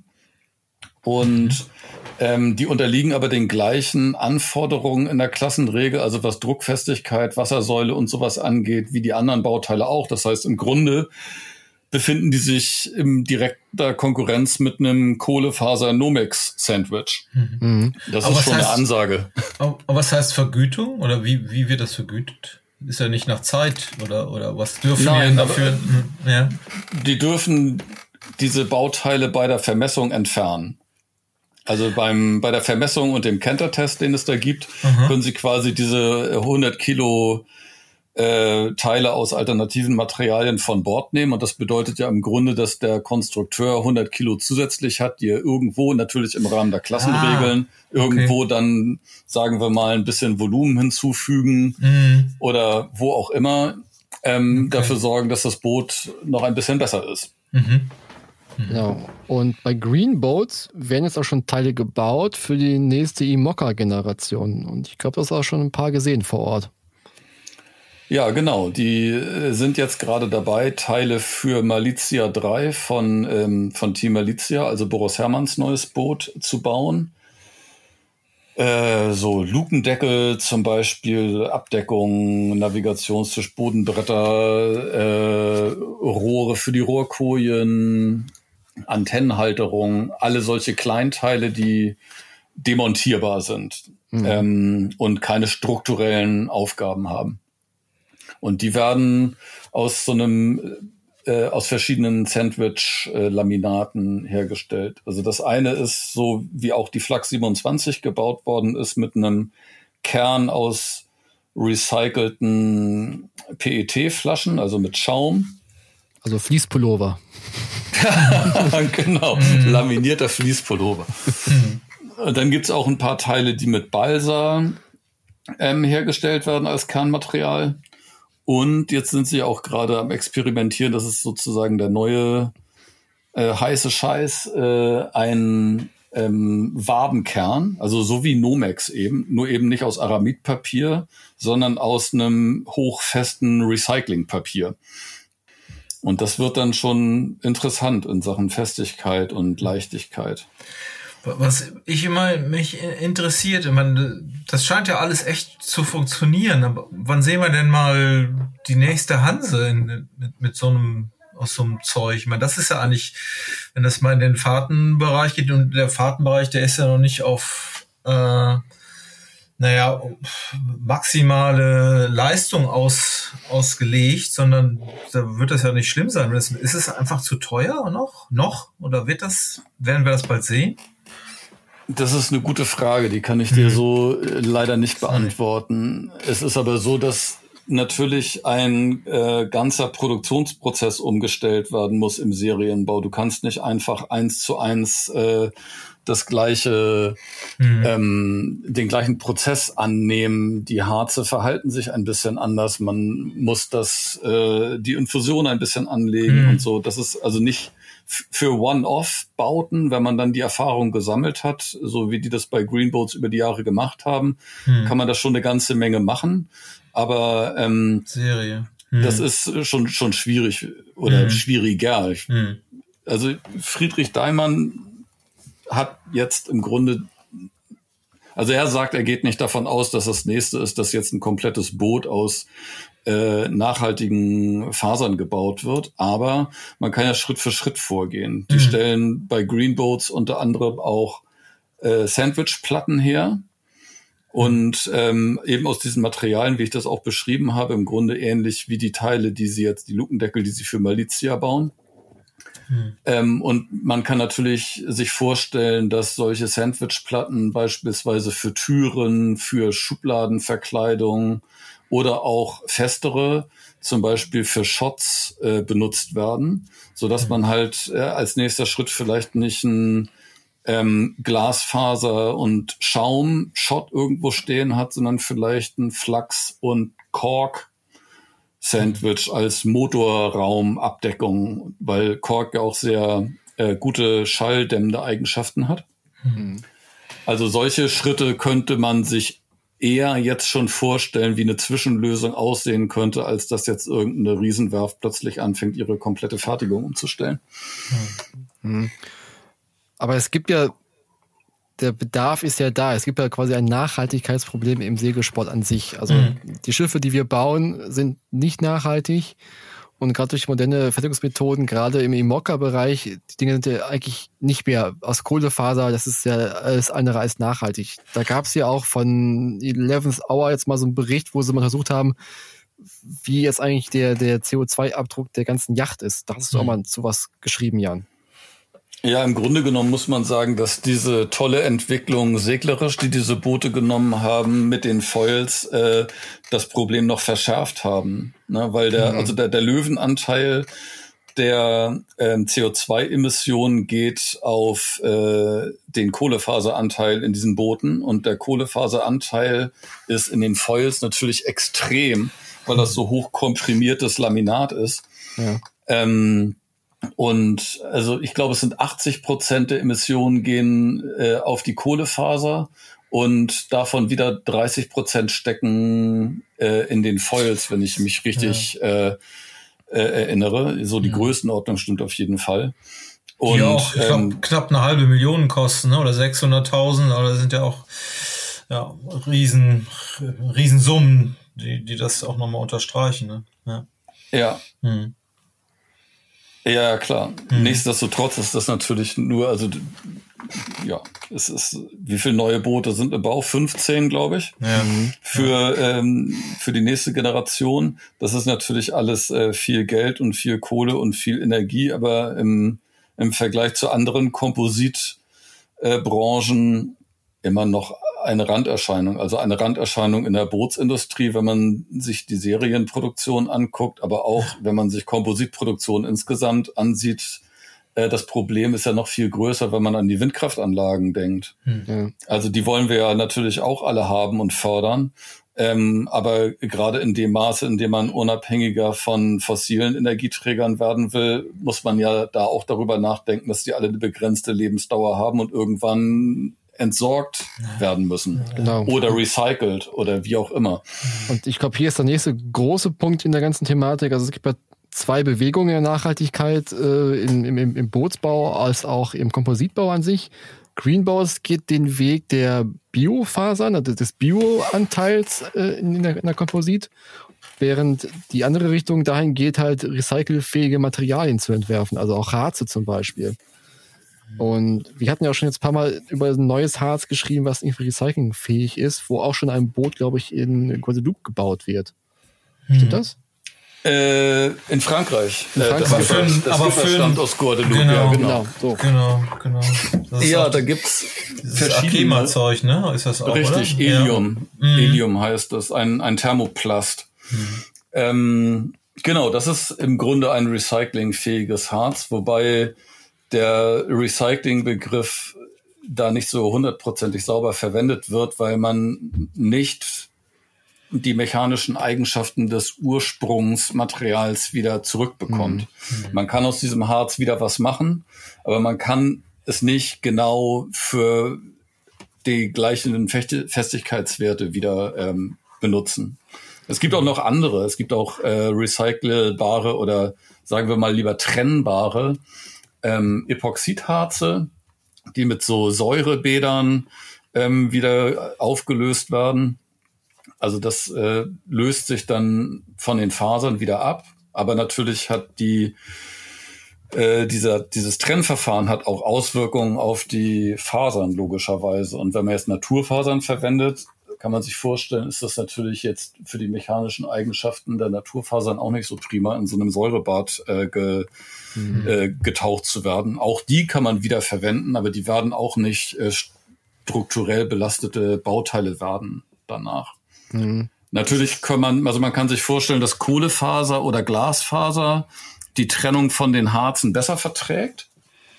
[SPEAKER 3] Und ähm, die unterliegen aber den gleichen Anforderungen in der Klassenregel, also was Druckfestigkeit, Wassersäule und sowas angeht, wie die anderen Bauteile auch. Das heißt, im Grunde befinden die sich in direkter Konkurrenz mit einem Kohlefaser-Nomex-Sandwich.
[SPEAKER 2] Mhm.
[SPEAKER 3] Das aber ist schon heißt, eine Ansage.
[SPEAKER 2] Aber was heißt Vergütung? Oder wie, wie wird das vergütet? Ist ja nicht nach Zeit oder, oder was dürfen
[SPEAKER 3] Nein,
[SPEAKER 2] wir dafür? Ja.
[SPEAKER 3] Die dürfen diese Bauteile bei der Vermessung entfernen. Also beim bei der Vermessung und dem Canter-Test, den es da gibt, mhm. können sie quasi diese hundert Kilo Äh, Teile aus alternativen Materialien von Bord nehmen. Und das bedeutet ja im Grunde, dass der Konstrukteur hundert Kilo zusätzlich hat, die er irgendwo natürlich im Rahmen der Klassenregeln ah, okay. irgendwo dann, sagen wir mal, ein bisschen Volumen hinzufügen mhm. oder wo auch immer ähm, okay. dafür sorgen, dass das Boot noch ein bisschen besser ist.
[SPEAKER 2] Mhm.
[SPEAKER 1] Genau. Und bei Green Boats werden jetzt auch schon Teile gebaut für die nächste I M O C A-Generation. Und ich glaube, das ist auch schon ein paar gesehen vor Ort.
[SPEAKER 3] Ja, genau. Die sind jetzt gerade dabei, Teile für Malizia drei von, ähm, von Team Malizia, also Boris Herrmanns neues Boot, zu bauen. Äh, so Lukendeckel zum Beispiel, Abdeckung, Navigationstisch, Bodenbretter, äh, Rohre für die Rohrkojen, Antennenhalterung, alle solche Kleinteile, die demontierbar sind mhm. ähm, und keine strukturellen Aufgaben haben. Und die werden aus so einem, äh, aus verschiedenen Sandwich-Laminaten hergestellt. Also das eine ist so, wie auch die Flak siebenundzwanzig gebaut worden ist, mit einem Kern aus recycelten P E T-Flaschen, also mit Schaum.
[SPEAKER 1] Also Fließpullover.
[SPEAKER 3] Genau, laminierter Fließpullover. Und dann gibt's auch ein paar Teile, die mit Balsa ähm, hergestellt werden als Kernmaterial. Und jetzt sind sie auch gerade am Experimentieren, das ist sozusagen der neue äh, heiße Scheiß, äh, ein ähm, Wabenkern, also so wie Nomex eben, nur eben nicht aus Aramidpapier, sondern aus einem hochfesten Recyclingpapier. Und das wird dann schon interessant in Sachen Festigkeit und Leichtigkeit.
[SPEAKER 2] Was ich immer mich interessiert, ich meine, das scheint ja alles echt zu funktionieren, aber wann sehen wir denn mal die nächste Hanse in, mit, mit so einem, aus so einem Zeug? Ich meine, das ist ja eigentlich, wenn das mal in den Fahrtenbereich geht, und der Fahrtenbereich, der ist ja noch nicht auf, äh, naja, maximale Leistung aus, ausgelegt, sondern da wird das ja nicht schlimm sein. Ist es einfach zu teuer noch? Noch? Oder wird das, werden wir das bald sehen?
[SPEAKER 3] Das ist eine gute Frage, die kann ich dir so äh, leider nicht beantworten. Es ist aber so, dass natürlich ein äh, ganzer Produktionsprozess umgestellt werden muss im Serienbau. Du kannst nicht einfach eins zu eins äh, das gleiche, mhm. ähm, den gleichen Prozess annehmen. Die Harze verhalten sich ein bisschen anders. Man muss das, äh, die Infusion ein bisschen anlegen mhm. und so. Das ist also nicht für One-Off-Bauten, wenn man dann die Erfahrung gesammelt hat, so wie die das bei Greenboats über die Jahre gemacht haben, hm. kann man da schon eine ganze Menge machen. Aber ähm,
[SPEAKER 2] Serie. Hm.
[SPEAKER 3] das ist schon schon schwierig oder hm. schwieriger. Hm. Also Friedrich Daimann hat jetzt im Grunde, also er sagt, er geht nicht davon aus, dass das nächste ist, dass jetzt ein komplettes Boot aus äh, nachhaltigen Fasern gebaut wird, aber man kann ja Schritt für Schritt vorgehen. Die mhm. stellen bei Greenboats unter anderem auch äh, Sandwichplatten her und ähm, eben aus diesen Materialien, wie ich das auch beschrieben habe, im Grunde ähnlich wie die Teile, die sie jetzt, die Lukendeckel, die sie für Malizia bauen. Hm. Ähm, und man kann natürlich sich vorstellen, dass solche Sandwichplatten beispielsweise für Türen, für Schubladenverkleidung oder auch festere, zum Beispiel für Shots, äh, benutzt werden, so dass hm. man halt äh, als nächster Schritt vielleicht nicht ein ähm, Glasfaser und Schaum-Shot irgendwo stehen hat, sondern vielleicht ein Flachs- und Kork Sandwich als Motorraumabdeckung, weil Kork ja auch sehr äh, gute schalldämmende Eigenschaften hat. Mhm. Also solche Schritte könnte man sich eher jetzt schon vorstellen, wie eine Zwischenlösung aussehen könnte, als dass jetzt irgendeine Riesenwerft plötzlich anfängt, ihre komplette Fertigung umzustellen.
[SPEAKER 1] Mhm. Aber es gibt ja, der Bedarf ist ja da. Es gibt ja quasi ein Nachhaltigkeitsproblem im Segelsport an sich. Also mhm. die Schiffe, die wir bauen, sind nicht nachhaltig. Und gerade durch moderne Fertigungsmethoden, gerade im IMOCA-Bereich, die Dinge sind ja eigentlich nicht mehr aus Kohlefaser. Das ist ja alles andere als nachhaltig. Da gab es ja auch von eleventh Hour jetzt mal so einen Bericht, wo sie mal versucht haben, wie jetzt eigentlich der, der C O zwei Abdruck der ganzen Yacht ist. Da hast du mhm. auch mal zu was geschrieben, Jan.
[SPEAKER 3] Ja, im Grunde genommen muss man sagen, dass diese tolle Entwicklung seglerisch, die diese Boote genommen haben, mit den Foils äh, das Problem noch verschärft haben. Ne? Weil der, mhm. also der, der Löwenanteil der ähm, C O zwei Emissionen geht auf äh, den Kohlefaseranteil in diesen Booten. Und der Kohlefaseranteil ist in den Foils natürlich extrem, weil das so hochkomprimiertes Laminat ist. Ja. Ähm, Und also ich glaube, es sind achtzig Prozent der Emissionen gehen äh, auf die Kohlefaser und davon wieder dreißig Prozent stecken äh, in den Foils, wenn ich mich richtig ja. äh, äh, erinnere. So die ja. Größenordnung stimmt auf jeden Fall. Und,
[SPEAKER 2] die auch, ich glaube, ähm, knapp eine halbe Million kosten, ne? Oder sechshunderttausend, aber das sind ja auch ja, riesen, riesen Summen, die, die das auch nochmal unterstreichen. Ne? Ja.
[SPEAKER 3] Ja.
[SPEAKER 2] Hm.
[SPEAKER 3] Ja, klar. Hm. Nichtsdestotrotz ist das natürlich nur, also ja, es ist, wie viele neue Boote sind im Bau? fünfzehn, glaube ich.
[SPEAKER 2] Ja.
[SPEAKER 3] Für, ja. ähm, für die nächste Generation. Das ist natürlich alles äh, viel Geld und viel Kohle und viel Energie, aber im, im Vergleich zu anderen Kompositbranchen äh, immer noch eine Randerscheinung, also eine Randerscheinung in der Bootsindustrie, wenn man sich die Serienproduktion anguckt, aber auch wenn man sich Kompositproduktion insgesamt ansieht. Äh, das Problem ist ja noch viel größer, wenn man an die Windkraftanlagen denkt.
[SPEAKER 2] Hm.
[SPEAKER 3] Also die wollen wir ja natürlich auch alle haben und fördern, ähm, aber gerade in dem Maße, in dem man unabhängiger von fossilen Energieträgern werden will, muss man ja da auch darüber nachdenken, dass die alle eine begrenzte Lebensdauer haben und irgendwann entsorgt werden müssen.
[SPEAKER 1] Genau.
[SPEAKER 3] Oder recycelt oder wie auch immer.
[SPEAKER 1] Und ich glaube, hier ist der nächste große Punkt in der ganzen Thematik. Also es gibt ja zwei Bewegungen der Nachhaltigkeit äh, im, im, im Bootsbau als auch im Kompositbau an sich. Greenbows geht den Weg der Biofasern, also des Bioanteils äh, in, der, in der Komposit, während die andere Richtung dahin geht, halt recycelfähige Materialien zu entwerfen, also auch Harze zum Beispiel. Und wir hatten ja auch schon jetzt ein paar Mal über ein neues Harz geschrieben, was irgendwie recyclingfähig ist, wo auch schon ein Boot, glaube ich, in Guadeloupe gebaut wird. Stimmt hm. das?
[SPEAKER 3] Äh, in Frankreich.
[SPEAKER 1] In Frankreich.
[SPEAKER 3] Äh, das
[SPEAKER 2] für,
[SPEAKER 3] das, das
[SPEAKER 2] aber für
[SPEAKER 3] stammt aus Guadeloupe.
[SPEAKER 2] Genau,
[SPEAKER 3] ja,
[SPEAKER 1] genau. Genau, so.
[SPEAKER 2] genau, genau.
[SPEAKER 3] Ja, da gibt's
[SPEAKER 2] verschiedene Zeug, ne? Ist das auch,
[SPEAKER 3] richtig,
[SPEAKER 2] oder?
[SPEAKER 3] Helium.
[SPEAKER 2] Ja.
[SPEAKER 3] Helium heißt das, ein, ein Thermoplast.
[SPEAKER 2] Mhm.
[SPEAKER 3] Ähm, genau, das ist im Grunde ein recyclingfähiges Harz, wobei der Recycling-Begriff da nicht so hundertprozentig sauber verwendet wird, weil man nicht die mechanischen Eigenschaften des Ursprungsmaterials wieder zurückbekommt. Mhm. Man kann aus diesem Harz wieder was machen, aber man kann es nicht genau für die gleichen Festigkeitswerte wieder ähm, benutzen. Es gibt auch noch andere. Es gibt auch äh, recycelbare oder sagen wir mal lieber trennbare ähm, Epoxidharze, die mit so Säurebädern ähm, wieder aufgelöst werden. Also das äh, löst sich dann von den Fasern wieder ab. Aber natürlich hat die äh, dieser dieses Trennverfahren hat auch Auswirkungen auf die Fasern logischerweise. Und wenn man jetzt Naturfasern verwendet, kann man sich vorstellen, ist das natürlich jetzt für die mechanischen Eigenschaften der Naturfasern auch nicht so prima, in so einem Säurebad äh, ge, mhm. äh, getaucht zu werden. Auch die kann man wieder verwenden, aber die werden auch nicht äh, strukturell belastete Bauteile werden danach.
[SPEAKER 1] Mhm.
[SPEAKER 3] Natürlich kann man, also man kann sich vorstellen, dass Kohlefaser oder Glasfaser die Trennung von den Harzen besser verträgt.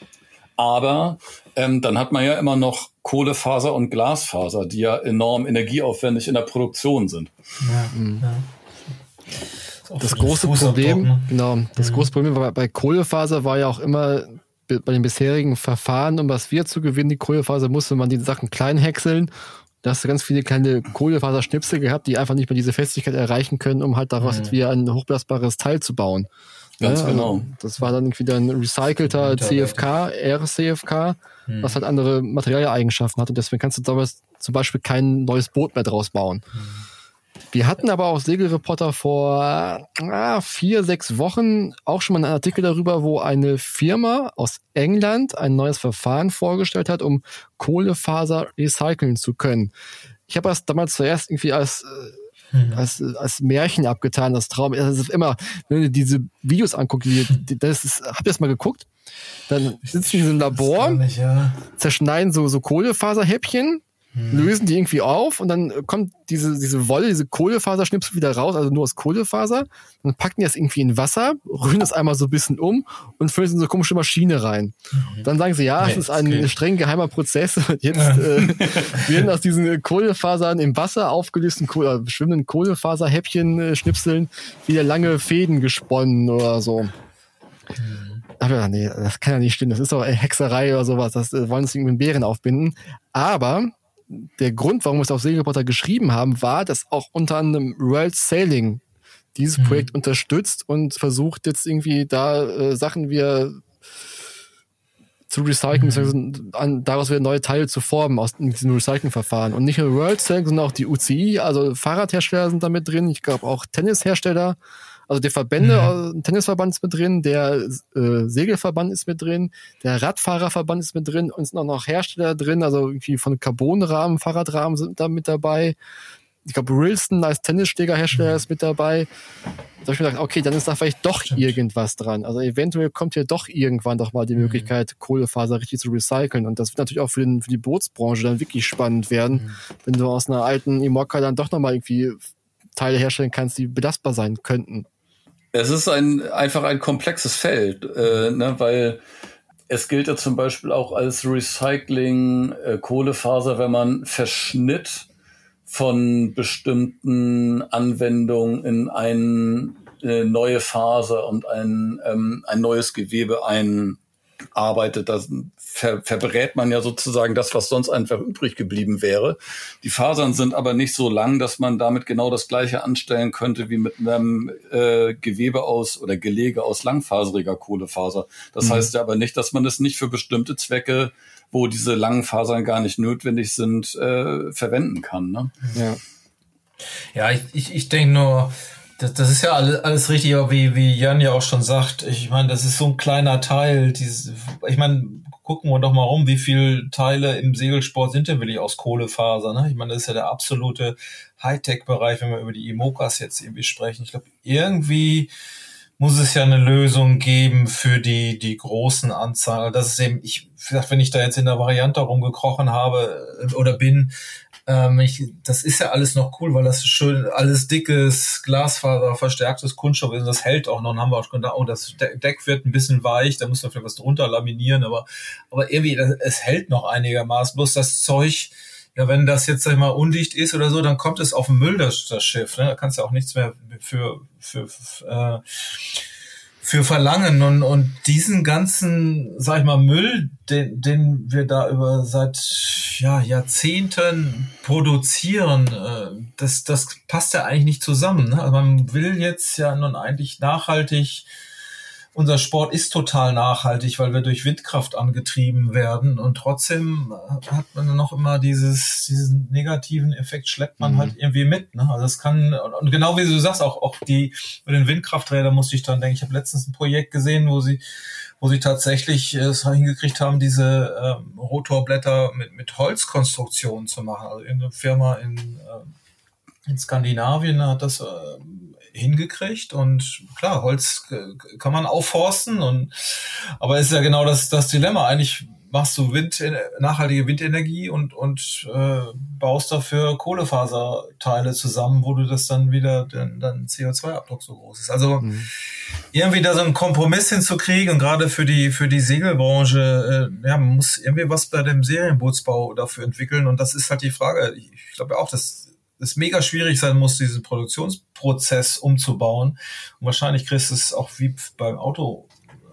[SPEAKER 3] Aber ähm, dann hat man ja immer noch Kohlefaser und Glasfaser, die ja enorm energieaufwendig in der Produktion sind.
[SPEAKER 2] Ja, mhm. ja.
[SPEAKER 1] Das große Problem, ne? genau, das mhm. große Problem bei, bei Kohlefaser war ja auch immer bei den bisherigen Verfahren, um was wir zu gewinnen, die Kohlefaser, musste man die Sachen klein häckseln. Da hast du ganz viele kleine Kohlefaserschnipsel gehabt, die einfach nicht mehr diese Festigkeit erreichen können, um halt daraus mhm. wieder ein hochbelastbares Teil zu bauen.
[SPEAKER 3] Ganz ja,
[SPEAKER 1] genau.
[SPEAKER 3] Also
[SPEAKER 1] das war dann irgendwie wieder ein recycelter C F K, R C F K, hm. was halt andere Materialeigenschaften hat. Und deswegen kannst du damals zum Beispiel kein neues Boot mehr draus bauen. Hm. Wir hatten aber auch Segelreporter vor ah, vier, sechs Wochen auch schon mal einen Artikel darüber, wo eine Firma aus England ein neues Verfahren vorgestellt hat, um Kohlefaser recyceln zu können. Ich habe das damals zuerst irgendwie als Als, als Märchen abgetan, das Traum. Das ist immer, wenn du diese Videos anguckst, die, die, das ist, hab ich das mal geguckt, dann sitzen die im Labor,
[SPEAKER 2] nicht, ja.
[SPEAKER 1] zerschneiden so, so Kohlefaserhäppchen, hm. lösen die irgendwie auf und dann kommt diese, diese Wolle, diese Kohlefaserschnipsel wieder raus, also nur aus Kohlefaser. Dann packen die das irgendwie in Wasser, rühren das einmal so ein bisschen um und füllen es in so eine komische Maschine rein. Mhm. Dann sagen sie, ja, es nee, ist ein okay. streng geheimer Prozess. Jetzt äh, werden aus diesen Kohlefasern im Wasser aufgelösten Kohle, schwimmenden Kohlefaserhäppchen, äh, Schnipseln, wieder lange Fäden gesponnen oder so. Mhm. Aber nee, das kann ja nicht stimmen. Das ist doch Hexerei oder sowas. Das äh, wollen sie irgendwie mit Bären aufbinden. Aber der Grund, warum wir es auf Segelreporter geschrieben haben, war, dass auch unter anderem World Sailing dieses mhm. Projekt unterstützt und versucht jetzt irgendwie da äh, Sachen wieder zu recyceln, mhm. an, daraus wieder neue Teile zu formen aus diesem Recycling-Verfahren. Und nicht nur World Sailing, sondern auch die U C I, also Fahrradhersteller sind da mit drin, ich glaube auch Tennishersteller, also der Verbände, mhm. Tennisverband ist mit drin, der äh, Segelverband ist mit drin, der Radfahrerverband ist mit drin und es sind auch noch Hersteller drin, also irgendwie von Carbonrahmen, Fahrradrahmen sind da mit dabei. Ich glaube, Wilson als Tennisschlägerhersteller ist mit dabei. Da habe ich mir gedacht, okay, dann ist da vielleicht doch Stimmt. irgendwas dran. Also eventuell kommt hier doch irgendwann doch mal die Möglichkeit, mhm. Kohlefaser richtig zu recyceln. Und das wird natürlich auch für, den, für die Bootsbranche dann wirklich spannend werden, mhm. wenn du aus einer alten Imokka dann doch nochmal irgendwie Teile herstellen kannst, die belastbar sein könnten.
[SPEAKER 3] Es ist ein einfach ein komplexes Feld, äh, ne, weil es gilt ja zum Beispiel auch als Recycling äh, Kohlefaser, wenn man Verschnitt von bestimmten Anwendungen in eine äh, neue Faser und ein, ähm, ein neues Gewebe einarbeitet. Da ver- verbrät man ja sozusagen das, was sonst einfach übrig geblieben wäre. Die Fasern sind aber nicht so lang, dass man damit genau das Gleiche anstellen könnte wie mit einem äh, Gewebe aus oder Gelege aus langfaseriger Kohlefaser. Das mhm. heißt ja aber nicht, dass man es nicht für bestimmte Zwecke, wo diese langen Fasern gar nicht notwendig sind, äh, verwenden kann. Ne?
[SPEAKER 2] Ja, ja ich, ich, ich denke nur, das, das ist ja alles, alles richtig, aber wie, wie Jan ja auch schon sagt, ich meine, das ist so ein kleiner Teil. Dieses, ich meine, gucken wir doch mal rum, wie viele Teile im Segelsport sind denn wirklich aus Kohlefaser? Ne? Ich meine, das ist ja der absolute Hightech-Bereich, wenn wir über die IMOCAs jetzt irgendwie sprechen. Ich glaube, irgendwie muss es ja eine Lösung geben für die die großen Anzahl. Das ist eben, ich vielleicht, wenn ich da jetzt in der Variante rumgekrochen habe oder bin, ähm, ich, das ist ja alles noch cool, weil das schön alles dickes Glasfaser, verstärktes Kunststoff ist. Das hält auch noch. Dann haben wir auch gedacht, oh, das Deck wird ein bisschen weich, da muss man vielleicht was drunter laminieren, aber aber irgendwie, das, es hält noch einigermaßen. Bloß das Zeug, ja, wenn das jetzt, sag ich mal, undicht ist oder so, dann kommt es auf den Müll, das, das Schiff. Ne? Da kannst du auch nichts mehr für für für, äh, für verlangen. Und, und diesen ganzen, sag ich mal, Müll, den, den wir da über seit ja, Jahrzehnten produzieren, äh, das, das passt ja eigentlich nicht zusammen. Ne? Also man will jetzt ja nun eigentlich nachhaltig. Unser Sport ist total nachhaltig, weil wir durch Windkraft angetrieben werden und trotzdem hat man noch immer dieses, diesen negativen Effekt schleppt man mhm. halt irgendwie mit, ne? Also es kann, und genau wie du sagst, auch, auch die, mit den Windkrafträdern musste ich dann denken, ich habe letztens ein Projekt gesehen, wo sie, wo sie tatsächlich es hingekriegt haben, diese ähm, Rotorblätter mit, mit Holzkonstruktionen zu machen. Also irgendeine Firma in, äh, in Skandinavien hat das, äh, hingekriegt und klar, Holz kann man aufforsten und aber ist ja genau das das Dilemma. Eigentlich machst du Wind, nachhaltige Windenergie und und äh, baust dafür Kohlefaserteile zusammen, wo du das dann wieder dann, dann C O zwei Abdruck so groß ist. Also mhm. irgendwie da so einen Kompromiss hinzukriegen und gerade für die für die Segelbranche, äh, ja, man muss irgendwie was bei dem Serienbootsbau dafür entwickeln und das ist halt die Frage. Ich, ich glaube ja auch, dass es mega schwierig sein muss, diesen Produktionsprozess umzubauen. Und wahrscheinlich kriegst du es auch wie beim Auto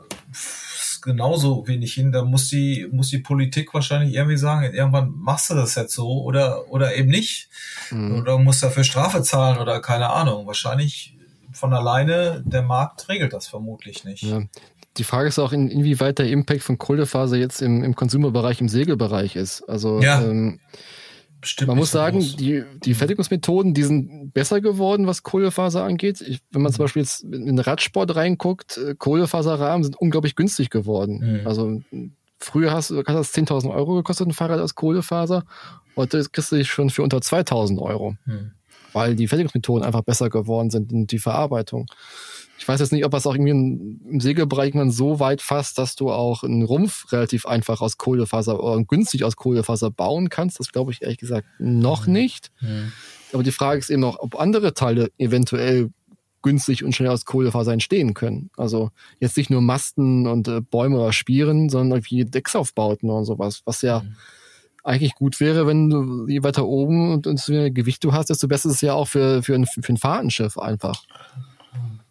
[SPEAKER 2] genauso wenig hin. Da muss die, muss die Politik wahrscheinlich irgendwie sagen, irgendwann machst du das jetzt so oder, oder eben nicht. Mhm. Oder musst dafür Strafe zahlen oder keine Ahnung. Wahrscheinlich von alleine, der Markt regelt das vermutlich nicht.
[SPEAKER 1] Ja. Die Frage ist auch, in, inwieweit der Impact von Kohlefaser jetzt im, im Consumer-Bereich, im Segelbereich ist. Also,
[SPEAKER 2] ja.
[SPEAKER 1] ähm, Bestimmt Man muss sagen, groß. die die Fertigungsmethoden, die sind besser geworden, was Kohlefaser angeht. Ich, wenn man zum Beispiel jetzt in den Radsport reinguckt, Kohlefaserrahmen sind unglaublich günstig geworden. Mhm. Also früher hast du, hat das zehntausend Euro gekostet, ein Fahrrad aus Kohlefaser. Heute kriegst du dich schon für unter zweitausend Euro. Mhm. Weil die Fertigungsmethoden einfach besser geworden sind und die Verarbeitung. Ich weiß jetzt nicht, ob das auch irgendwie im Segelbereich man so weit fasst, dass du auch einen Rumpf relativ einfach aus Kohlefaser oder günstig aus Kohlefaser bauen kannst. Das glaube ich ehrlich gesagt noch nicht. Mhm. Aber die Frage ist eben auch, ob andere Teile eventuell günstig und schnell aus Kohlefaser entstehen können. Also jetzt nicht nur Masten und äh, Bäume oder Spieren, sondern irgendwie Decksaufbauten oder sowas, was ja mhm. eigentlich gut wäre, wenn du je weiter oben und desto mehr Gewicht du hast, desto besser ist es ja auch für, für, ein, für ein Fahrtenschiff einfach.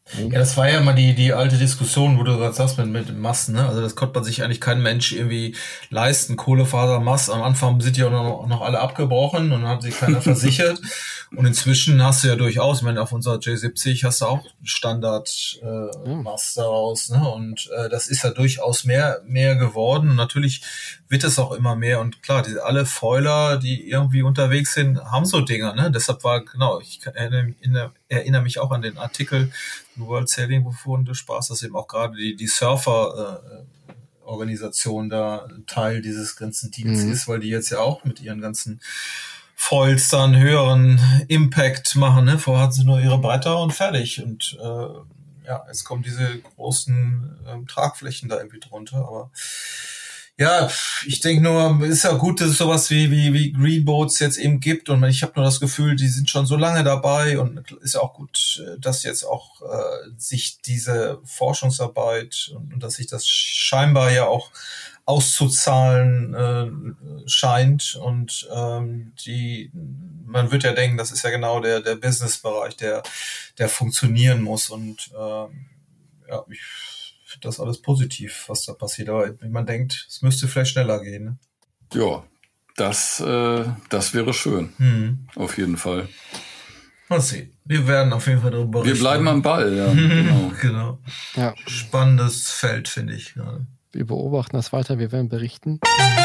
[SPEAKER 2] Ja, das war ja immer die die alte Diskussion, wo du gerade sagst, mit, mit Massen, ne? Also das konnte man sich eigentlich kein Mensch irgendwie leisten. Kohlefasermast, am Anfang sind ja noch, noch alle abgebrochen und dann hat sich keiner versichert. Und inzwischen hast du ja durchaus, ich meine, auf unserer J siebzig hast du auch Standard äh, ja. Mast daraus, ne? Und äh, das ist ja durchaus mehr mehr geworden. Und natürlich wird es auch immer mehr. Und klar, die, alle Foiler, die irgendwie unterwegs sind, haben so Dinger, ne? Deshalb war, genau, ich erinnere, erinnere mich auch an den Artikel World Sailing, wovon du sprachst, dass eben auch gerade die, die Surfer-Organisation äh, da Teil dieses ganzen Deals mhm. ist, weil die jetzt ja auch mit ihren ganzen Foils da einen höheren Impact machen, ne? Vorher hatten sie nur ihre Bretter und fertig. Und äh, ja, jetzt kommen diese großen ähm, Tragflächen da irgendwie drunter, aber ja, ich denke nur, es ist ja gut, dass es sowas wie wie wie Green Boats jetzt eben gibt und ich habe nur das Gefühl, die sind schon so lange dabei und ist ja auch gut, dass jetzt auch äh, sich diese Forschungsarbeit und, und dass sich das scheinbar ja auch auszuzahlen äh, scheint und ähm, die man wird ja denken, das ist ja genau der der Businessbereich, der der funktionieren muss und ähm, ja, ich das alles positiv, was da passiert. Aber man denkt, es müsste vielleicht schneller gehen. Ne?
[SPEAKER 3] Ja, das, äh, das wäre schön.
[SPEAKER 2] Mhm.
[SPEAKER 3] Auf jeden Fall.
[SPEAKER 2] Mal sehen. Wir werden auf jeden Fall darüber berichten.
[SPEAKER 3] Wir bleiben am Ball, ja. genau.
[SPEAKER 2] genau.
[SPEAKER 1] Ja.
[SPEAKER 2] Spannendes Feld, finde ich gerade.
[SPEAKER 1] Wir beobachten das weiter, wir werden berichten.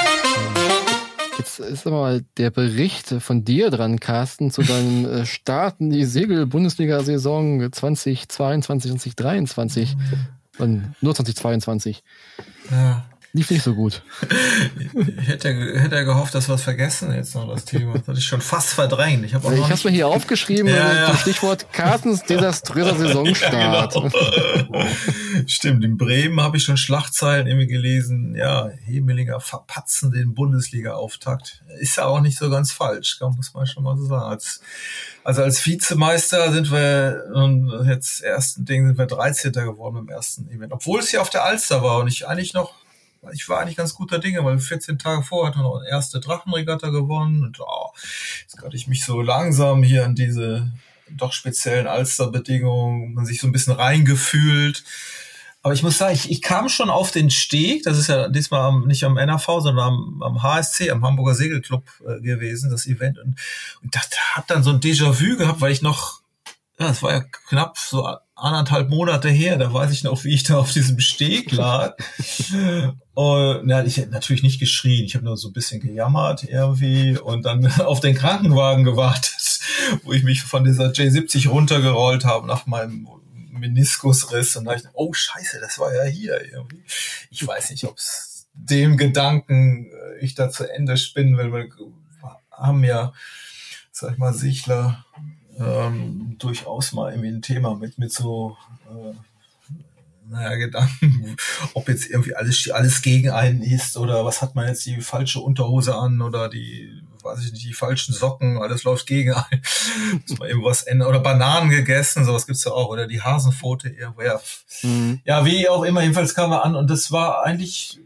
[SPEAKER 1] Jetzt ist aber mal der Bericht von dir dran, Carsten, zu deinem Start in die Segel-Bundesliga-Saison zwanzig zweiundzwanzig, zwanzig dreiundzwanzig. Und nur zwanzig zweiundzwanzig.
[SPEAKER 2] Ja.
[SPEAKER 1] Lief nicht so gut.
[SPEAKER 2] Ich hätte, hätte gehofft, dass wir es vergessen jetzt noch, das Thema. Das hatte ich schon fast verdrängt. Ich habe
[SPEAKER 1] ich habe mir hier aufgeschrieben,
[SPEAKER 2] ja, ja.
[SPEAKER 1] das Stichwort Carstens desaströser Saisonstart.
[SPEAKER 2] Ja, genau. Stimmt, in Bremen habe ich schon Schlagzeilen irgendwie gelesen. Ja, Hemelinger verpatzen den Bundesliga-Auftakt. Ist ja auch nicht so ganz falsch, muss man schon mal so sagen. Als, also als Vizemeister sind wir, und jetzt ersten Ding sind wir dreizehnter geworden im ersten Event. Obwohl es ja auf der Alster war und ich eigentlich noch Ich war eigentlich ganz guter Dinge, weil vierzehn Tage vorher hatten wir noch eine erste Drachenregatta gewonnen. Und oh, jetzt hatte ich mich so langsam hier an diese doch speziellen Alster-Bedingungen, man sich so ein bisschen reingefühlt. Aber ich muss sagen, ich, ich kam schon auf den Steg, das ist ja diesmal am, nicht am N A V, sondern am, am H S C, am Hamburger Segelclub äh, gewesen, das Event. Und, und das hat dann so ein Déjà-vu gehabt, weil ich noch, ja, es war ja knapp so anderthalb Monate her, da weiß ich noch, wie ich da auf diesem Steg lag. Und ja, ich hätte natürlich nicht geschrien, ich habe nur so ein bisschen gejammert irgendwie und dann auf den Krankenwagen gewartet, wo ich mich von dieser J siebzig runtergerollt habe nach meinem Meniskusriss und da dachte ich, oh Scheiße, das war ja hier irgendwie. Ich weiß nicht, ob es dem Gedanken ich da zu Ende spinnen will, weil wir haben ja, sag ich mal, Sichler Ähm, durchaus mal irgendwie ein Thema mit mit so äh, naja, Gedanken, ob jetzt irgendwie alles alles gegen einen ist oder was hat man jetzt die falsche Unterhose an oder die, weiß ich nicht, die falschen Socken, alles läuft gegen einen, muss man eben was ändern oder Bananen gegessen, sowas gibt's ja auch oder die Hasenpfote irgendwo, ja, mhm. ja wie auch immer, jedenfalls kam er an und das war eigentlich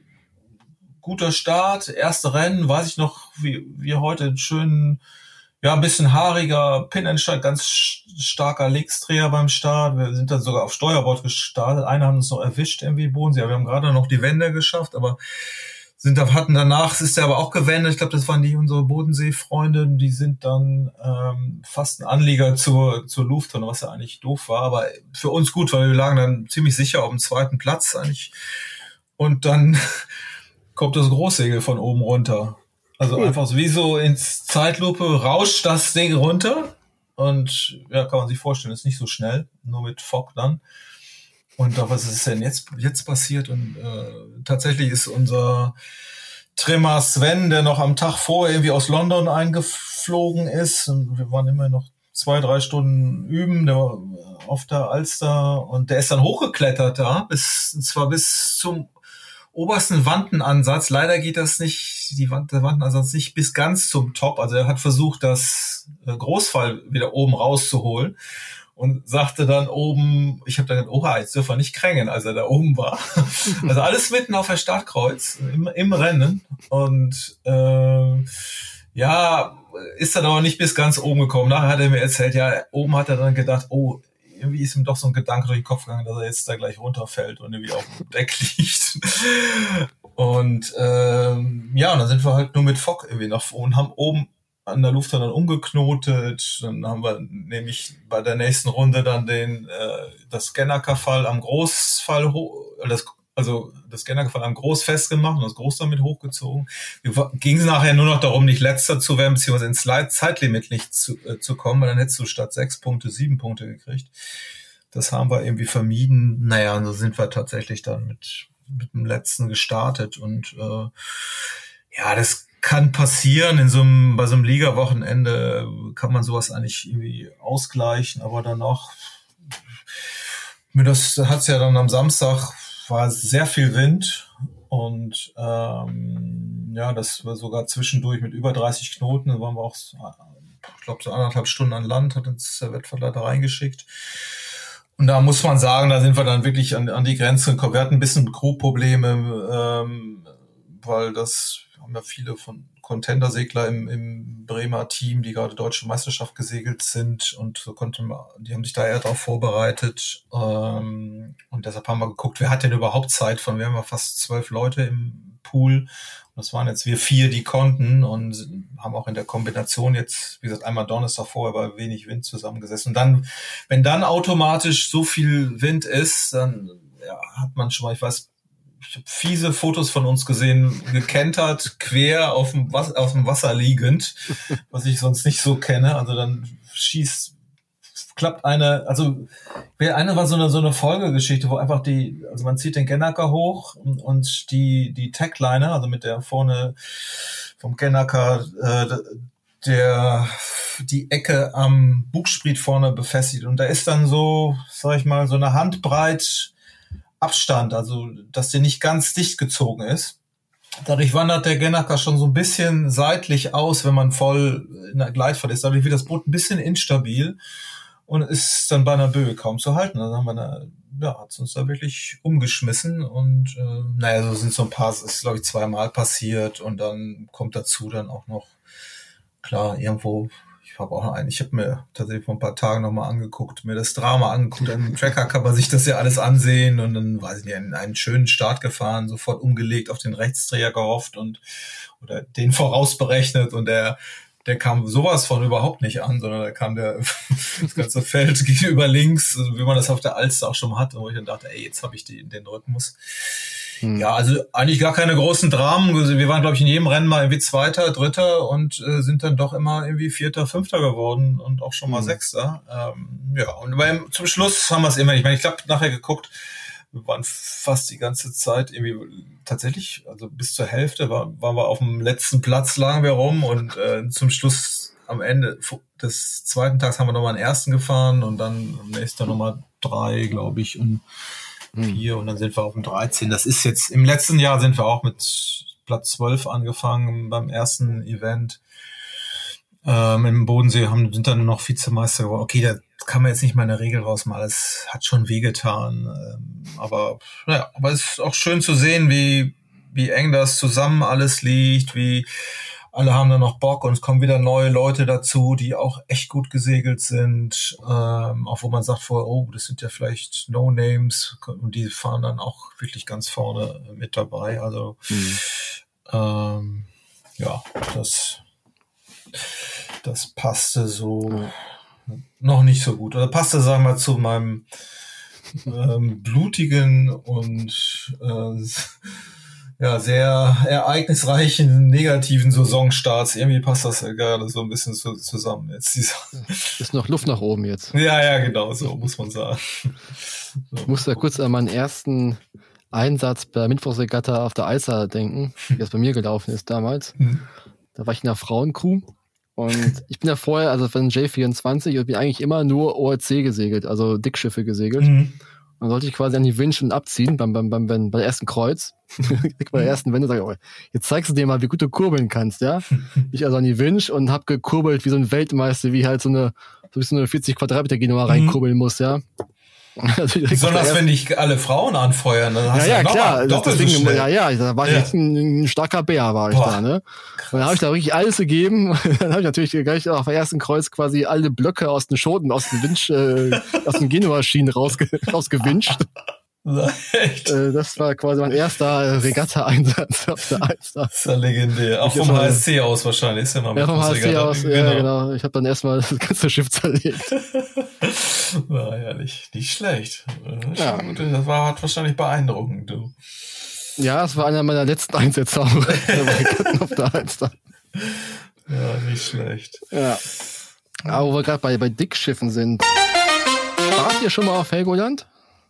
[SPEAKER 2] guter Start, erste Rennen, weiß ich noch, wie wie heute einen schönen ja, ein bisschen haariger Pin-and-Start, ganz starker Linksdreher beim Start. Wir sind dann sogar auf Steuerbord gestartet. Einer haben uns noch erwischt, irgendwie Bodensee. Wir haben gerade noch die Wende geschafft, aber sind da, hatten danach, ist der aber auch gewendet. Ich glaube, das waren die unsere Bodensee-Freunde. Die sind dann ähm, fast ein Anlieger zur zur Lufthansa, was ja eigentlich doof war. Aber für uns gut, weil wir lagen dann ziemlich sicher auf dem zweiten Platz eigentlich. Und dann kommt das Großsegel von oben runter. Also cool. Einfach so wie so ins Zeitlupe rauscht das Ding runter und ja, kann man sich vorstellen, ist nicht so schnell, nur mit Fock dann. Und doch, was ist denn jetzt jetzt passiert? Und äh, tatsächlich ist unser Trimmer Sven, der noch am Tag vorher irgendwie aus London eingeflogen ist, und wir waren immer noch zwei, drei Stunden üben, der war auf der Alster und der ist dann hochgeklettert da, bis, und zwar bis zum obersten Wandenansatz. Leider geht das nicht, die Wand, der Wandenansatz nicht bis ganz zum Top. Also er hat versucht, das Großfall wieder oben rauszuholen und sagte dann oben, ich habe dann gedacht, oha, jetzt dürfen wir nicht krängen, als er da oben war. Also alles mitten auf der Startkreuz, im, im Rennen. Und äh, ja, ist dann aber nicht bis ganz oben gekommen. Nachher hat er mir erzählt, ja, oben hat er dann gedacht, oh, irgendwie ist ihm doch so ein Gedanke durch den Kopf gegangen, dass er jetzt da gleich runterfällt und irgendwie auf dem Deck liegt. Und ähm, ja, und dann sind wir halt nur mit Fock irgendwie nach vorne und haben oben an der Luft dann umgeknotet. Dann haben wir nämlich bei der nächsten Runde dann den äh, das Scannerker-Fall am Großfall hoch, das also das Scannerker-Fall am Groß festgemacht und das Groß damit hochgezogen. Ging es nachher nur noch darum, nicht letzter zu werden, beziehungsweise ins Zeitlimit nicht zu, äh, zu kommen, weil dann hättest du statt sechs Punkte sieben Punkte gekriegt. Das haben wir irgendwie vermieden. Naja, und so sind wir tatsächlich dann mit mit dem letzten gestartet und äh, ja, das kann passieren in so einem, bei so einem Liga-Wochenende kann man sowas eigentlich irgendwie ausgleichen, aber dann noch, mir das hat's ja dann am Samstag, war sehr viel Wind und ähm, ja, das war sogar zwischendurch mit über dreißig Knoten, da waren wir auch, ich glaube, so anderthalb Stunden an Land, hat uns der Wettverleiter reingeschickt. Und da muss man sagen, da sind wir dann wirklich an, an die Grenze gekommen. Wir hatten ein bisschen Crew-Probleme, ähm, weil das haben ja viele von Contender-Segler im, im Bremer Team, die gerade Deutsche Meisterschaft gesegelt sind und so konnten wir, die haben sich da eher darauf vorbereitet. Ähm, und deshalb haben wir geguckt, wer hat denn überhaupt Zeit von, wir haben ja fast zwölf Leute im Pool. Und das waren jetzt wir vier, die konnten und haben auch in der Kombination jetzt, wie gesagt, einmal Donnerstag vorher bei wenig Wind zusammengesessen. Und dann, wenn dann automatisch so viel Wind ist, dann ja, hat man schon mal, ich weiß, ich habe fiese Fotos von uns gesehen, gekentert, quer auf dem, Was- auf dem Wasser liegend, was ich sonst nicht so kenne. Also dann schießt, klappt eine, also eine war so eine so eine Folgegeschichte, wo einfach die, also man zieht den Gennaker hoch und, und die die Tagline, also mit der vorne vom Gennaker äh, der die Ecke am Bugspriet vorne befestigt und da ist dann so, sag ich mal, so eine Handbreit Abstand, also dass der nicht ganz dicht gezogen ist. Dadurch wandert der Gennaker schon so ein bisschen seitlich aus, wenn man voll in der Gleitfahrt ist. Dadurch wird das Boot ein bisschen instabil und ist dann bei einer Böe kaum zu halten. Dann haben wir eine, ja, hat's uns da wirklich umgeschmissen und äh, naja, so sind so ein paar, es ist glaube ich zweimal passiert und dann kommt dazu dann auch noch, klar, irgendwo, ich habe auch noch einen, ich habe mir tatsächlich vor ein paar Tagen nochmal angeguckt, mir das Drama angeguckt, im Tracker kann man sich das ja alles ansehen und dann, weiß ich nicht, einen, einen schönen Start gefahren, sofort umgelegt, auf den Rechtsdreher gehofft und oder den vorausberechnet und der der kam sowas von überhaupt nicht an, sondern da kam der das ganze Feld gegenüber links, wie man das auf der Alster auch schon mal hat, wo ich dann dachte, ey, jetzt habe ich die, den Rhythmus. Hm. Ja, also eigentlich gar keine großen Dramen. Wir waren, glaube ich, in jedem Rennen mal irgendwie Zweiter, Dritter und äh, sind dann doch immer irgendwie Vierter, Fünfter geworden und auch schon mal hm. Sechster. Ähm, ja, und beim, zum Schluss haben wir es immer, ich meine, ich habe nachher geguckt, wir waren fast die ganze Zeit irgendwie tatsächlich, also bis zur Hälfte war, waren wir auf dem letzten Platz, lagen wir rum und äh, zum Schluss am Ende des zweiten Tags haben wir nochmal einen ersten gefahren und dann am nächsten Tag nochmal drei, glaube ich, und vier und dann sind wir auf dem dreizehn. Das ist jetzt, im letzten Jahr sind wir auch mit Platz zwölf angefangen beim ersten Event. Ähm, im Bodensee haben, sind dann noch Vizemeister geworden. Okay, da kann man jetzt nicht mal eine Regel rausmachen. Es hat schon wehgetan. Ähm, aber, naja, aber es ist auch schön zu sehen, wie, wie eng das zusammen alles liegt, wie alle haben da noch Bock und es kommen wieder neue Leute dazu, die auch echt gut gesegelt sind, ähm, auch wo man sagt vorher, oh, das sind ja vielleicht No-Names und die fahren dann auch wirklich ganz vorne mit dabei. Also mhm. ähm, ja, das das passte so noch nicht so gut. Oder passte, sagen wir mal, zu meinem ähm, blutigen und äh, ja, sehr ereignisreichen, negativen Saisonstarts. Irgendwie passt das ja gerade so ein bisschen so zusammen jetzt. Dieser
[SPEAKER 1] ist noch Luft nach oben jetzt.
[SPEAKER 2] Ja, ja, genau, so muss man sagen. So.
[SPEAKER 1] Ich musste ja kurz an meinen ersten Einsatz bei der Mittwochsregatta auf der Alster denken, wie das bei mir gelaufen ist damals. Mhm. Da war ich in der Frauencrew und ich bin ja vorher, also von J vierundzwanzig, ich bin eigentlich immer nur O R C gesegelt, also Dickschiffe gesegelt. Mhm. Dann sollte ich quasi an die Winch und abziehen beim, beim, beim, beim, bei der ersten Kreuz. bei der ersten Wende sage ich, oh, jetzt zeigst du dir mal, wie gut du kurbeln kannst, ja? Ich also an die Winch und hab gekurbelt wie so ein Weltmeister, wie halt so eine, so wie so eine vierzig Quadratmeter Genua reinkurbeln muss, ja? Also
[SPEAKER 2] besonders wenn dich alle Frauen anfeuern, dann hast
[SPEAKER 1] ja,
[SPEAKER 2] du
[SPEAKER 1] ja,
[SPEAKER 2] ja
[SPEAKER 1] klar,
[SPEAKER 2] noch
[SPEAKER 1] das, das Ding, ja, ja, da war ich
[SPEAKER 2] ja.
[SPEAKER 1] jetzt ein, ein starker Bär, war ich
[SPEAKER 2] Boah,
[SPEAKER 1] da, ne? Und dann habe ich da wirklich alles gegeben. Dann habe ich natürlich gleich auf dem ersten Kreuz quasi alle Blöcke aus den Schoten, aus dem Winch, äh, aus den Genua-Schienen rausge rausgewinscht.
[SPEAKER 2] Echt?
[SPEAKER 1] Äh, das war quasi mein erster Regatta-Einsatz auf der Alster.
[SPEAKER 2] Das ist ja legendär. Auch
[SPEAKER 1] Ich
[SPEAKER 2] vom
[SPEAKER 1] mal,
[SPEAKER 2] H S C aus wahrscheinlich. Ist ja, mal
[SPEAKER 1] ja, vom H S C aus,
[SPEAKER 2] genau.
[SPEAKER 1] ja, genau. Ich habe dann erstmal das ganze Schiff zerlegt.
[SPEAKER 2] Na, herrlich. Nicht schlecht.
[SPEAKER 1] Ja.
[SPEAKER 2] Gut. Das war hat wahrscheinlich beeindruckend, du.
[SPEAKER 1] Ja, es war einer meiner letzten Einsätze auf auf der Alster.
[SPEAKER 2] Ja, nicht schlecht.
[SPEAKER 1] Ja. Aber wo wir gerade bei, bei Dickschiffen sind. Wart ihr schon mal auf Helgoland?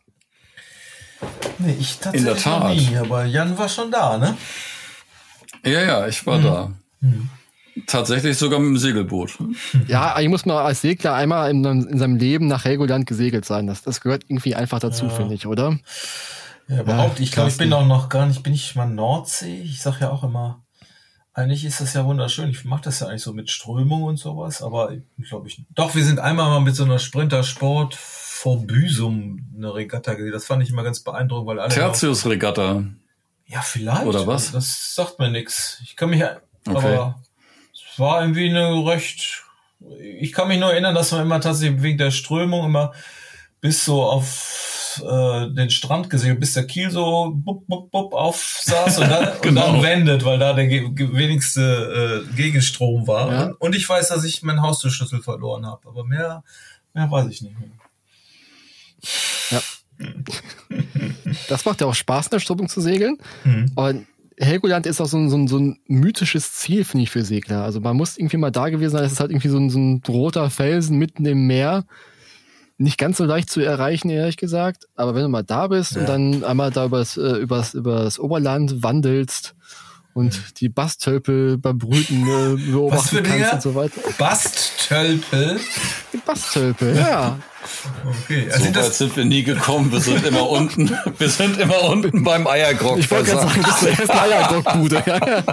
[SPEAKER 2] Nee, ich tatsächlich
[SPEAKER 3] In der Tat.
[SPEAKER 2] noch nie, aber Jan war schon da, ne?
[SPEAKER 3] Ja, ja, ich war
[SPEAKER 2] hm.
[SPEAKER 3] da. Hm. Tatsächlich sogar mit dem Segelboot.
[SPEAKER 1] Ja, eigentlich muss man als Segler einmal in, in seinem Leben nach Helgoland gesegelt sein. Das, das gehört irgendwie einfach dazu, ja. finde ich, oder?
[SPEAKER 2] Ja, überhaupt. Ja, ich glaube, ich bin auch noch gar nicht, bin ich mal Nordsee? Ich sag ja auch immer, eigentlich ist das ja wunderschön. Ich mache das ja eigentlich so mit Strömung und sowas, aber ich glaube ich, doch, wir sind einmal mal mit so einer Sprintersport vor Büsum eine Regatta gesehen. Das fand ich immer ganz beeindruckend, weil alle.
[SPEAKER 3] Tertius-Regatta.
[SPEAKER 2] Ja, vielleicht.
[SPEAKER 3] Oder was?
[SPEAKER 2] Das sagt mir nichts. Ich kann mich,
[SPEAKER 3] okay.
[SPEAKER 2] aber es war irgendwie eine recht, ich kann mich nur erinnern, dass man immer tatsächlich wegen der Strömung immer bis so auf äh, den Strand gesehen, bis der Kiel so bup, bup, bup aufsaß und dann, genau. und dann wendet, weil da der ge- wenigste äh, Gegenstrom war.
[SPEAKER 1] Ja.
[SPEAKER 2] Und, und ich weiß, dass ich meinen Haustürschlüssel verloren habe, aber mehr, mehr weiß ich nicht mehr.
[SPEAKER 1] Ja. Das macht ja auch Spaß, in der Strömung zu segeln.
[SPEAKER 2] Mhm.
[SPEAKER 1] Aber Helgoland ist auch so ein, so ein, so ein mythisches Ziel, finde ich, für Segler. Also man muss irgendwie mal da gewesen sein. Es ist halt irgendwie so ein, so ein roter Felsen mitten im Meer. Nicht ganz so leicht zu erreichen, ehrlich gesagt. Aber wenn du mal da bist ja. und dann einmal da übers, äh, übers, übers Oberland wandelst und mhm. die Basttölpel beim Brüten äh, beobachten kannst und so weiter.
[SPEAKER 2] Basttölpel?
[SPEAKER 1] Die Basttölpel, ja.
[SPEAKER 2] Okay.
[SPEAKER 3] Also so weit sind wir nie gekommen. Wir sind immer unten. Wir sind immer unten beim Eiergrog.
[SPEAKER 1] Ich wollte gerade sagen, das ist die erste Eiergrog-Bude. Ja, ja.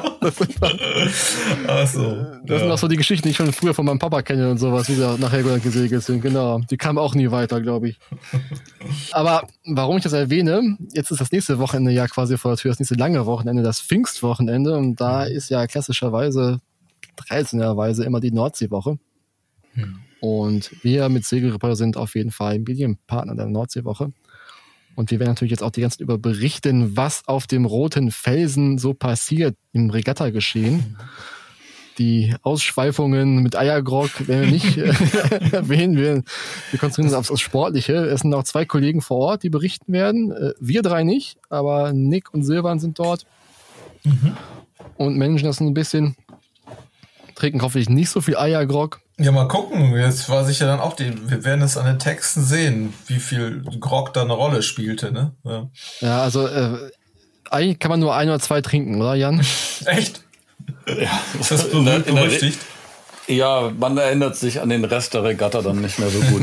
[SPEAKER 2] Ach so.
[SPEAKER 1] Das ja. sind auch so die Geschichten, die ich schon früher von meinem Papa kenne und sowas, wie wir nach Helgoland gesegelt sind. Genau. Die kamen auch nie weiter, glaube ich. Aber warum ich das erwähne, jetzt ist das nächste Wochenende ja quasi vor der Tür, das nächste lange Wochenende, das Pfingstwochenende. Und da ist ja klassischerweise, traditionellerweise immer die Nordseewoche. Hm. Und wir mit Segelreporter sind auf jeden Fall Medienpartner der Nordseewoche. Und wir werden natürlich jetzt auch die ganze Zeit über berichten, was auf dem roten Felsen so passiert im Regatta-Geschehen. Mhm. Die Ausschweifungen mit Eiergrog werden wir nicht äh, erwähnen. Wir, wir konzentrieren uns aufs Sportliche. Es sind noch zwei Kollegen vor Ort, die berichten werden. Äh, wir drei nicht, aber Nick und Silvan sind dort mhm. und managen das ein bisschen. Trinken hoffentlich nicht so viel Eiergrog.
[SPEAKER 2] Ja, mal gucken. Jetzt war sicher dann auch die, wir werden es an den Texten sehen, wie viel Grog da eine Rolle spielte, ne? Ja,
[SPEAKER 1] ja also äh, eigentlich kann man nur ein oder zwei trinken, oder Jan?
[SPEAKER 2] Echt? Ja. Ist das berühmt, berüchtigt?
[SPEAKER 3] Ja, man erinnert sich an den Rest der Regatta dann nicht mehr so gut.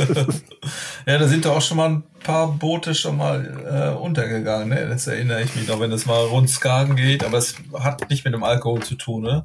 [SPEAKER 2] Ja, da sind da auch schon mal ein paar Boote schon mal äh, untergegangen, ne? Das erinnere ich mich noch, wenn das mal rund Skagen geht, aber es hat nicht mit dem Alkohol zu tun, ne?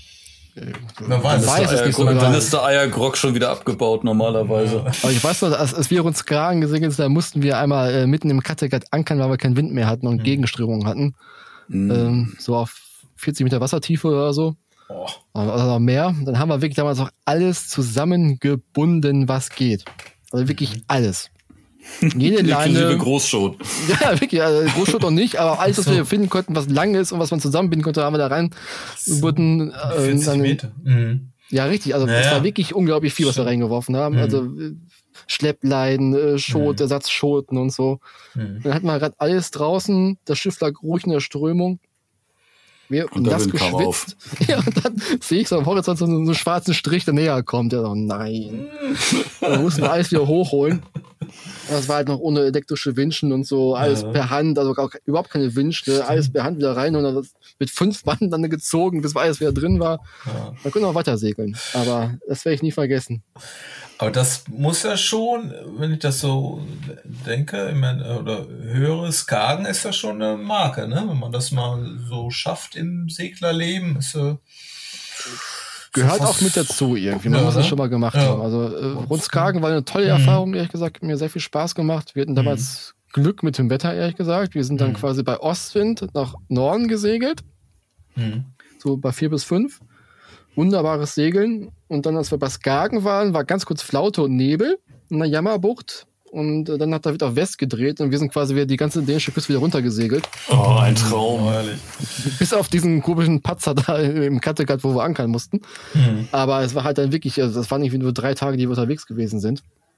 [SPEAKER 1] Man weiß, weiß es nicht so
[SPEAKER 3] genau. Dann ist der Eiergrog schon wieder abgebaut normalerweise.
[SPEAKER 1] Aber ich weiß noch, als, als wir uns Kragen gesegelt sind, da mussten wir einmal äh, mitten im Kattegat ankern, weil wir keinen Wind mehr hatten und mhm. Gegenströmungen hatten. Mhm. Ähm, so auf vierzig Meter Wassertiefe oder so. Oh. Oder noch mehr. Dann haben wir wirklich damals auch alles zusammengebunden, was geht. Also wirklich mhm. alles. Jede Leine.
[SPEAKER 3] Inklusive Großschot.
[SPEAKER 1] Ja, wirklich, also Großschot noch nicht, aber alles, was so. wir finden konnten, was lang ist und was man zusammenbinden konnte, haben wir da rein.
[SPEAKER 2] So. Wurden, äh, vierzig dann, Meter. Mhm.
[SPEAKER 1] Ja, richtig, also es ja, war wirklich unglaublich viel, was wir reingeworfen haben. Mhm. Also Schleppleinen, Schot, mhm. Ersatzschoten und so. Mhm. Dann hatten wir gerade alles draußen, das Schiff lag ruhig in der Strömung. Wir
[SPEAKER 3] und
[SPEAKER 1] das geschwitzt. Ja, und dann sehe ich so am Horizont so einen, so einen schwarzen Strich, der näher kommt. Ja, oh nein. Da mussten wir alles wieder hochholen. Das war halt noch ohne elektrische Winschen und so, alles ja. per Hand, also auch überhaupt keine Winch, ne? Alles per Hand wieder rein und dann mit fünf Banden dann gezogen, bis alles wieder drin war. Ja. Dann können wir auch weiter segeln. Aber das werde ich nie vergessen.
[SPEAKER 2] Aber das muss ja schon, wenn ich das so denke, ich meine, oder höre, Skagen ist ja schon eine Marke, ne? Wenn man das mal so schafft im Seglerleben, ist ja
[SPEAKER 1] gehört auch mit dazu irgendwie. Man
[SPEAKER 2] Ja,
[SPEAKER 1] muss das
[SPEAKER 2] ne?
[SPEAKER 1] schon mal gemacht
[SPEAKER 2] Ja.
[SPEAKER 1] haben. Also äh, Rundskagen war eine tolle Erfahrung, ehrlich gesagt. Hat mir sehr viel Spaß gemacht. Wir hatten damals Glück mit dem Wetter, ehrlich gesagt. Wir sind dann
[SPEAKER 2] Mhm.
[SPEAKER 1] quasi bei Ostwind nach Norden gesegelt.
[SPEAKER 2] Mhm.
[SPEAKER 1] So bei vier bis fünf. Wunderbares Segeln. Und dann, als wir bei Skagen waren, war ganz kurz Flaute und Nebel in der Jammerbucht. Und äh, dann hat er wieder auf West gedreht und wir sind quasi wieder die ganze dänische Küste wieder runtergesegelt.
[SPEAKER 3] Oh, ein Traum.
[SPEAKER 2] Herrlich.
[SPEAKER 1] Bis auf diesen komischen Patzer da im Kattegat, wo wir ankern mussten.
[SPEAKER 2] Mhm.
[SPEAKER 1] Aber es war halt dann wirklich, also das waren irgendwie nur drei Tage, die wir unterwegs gewesen sind.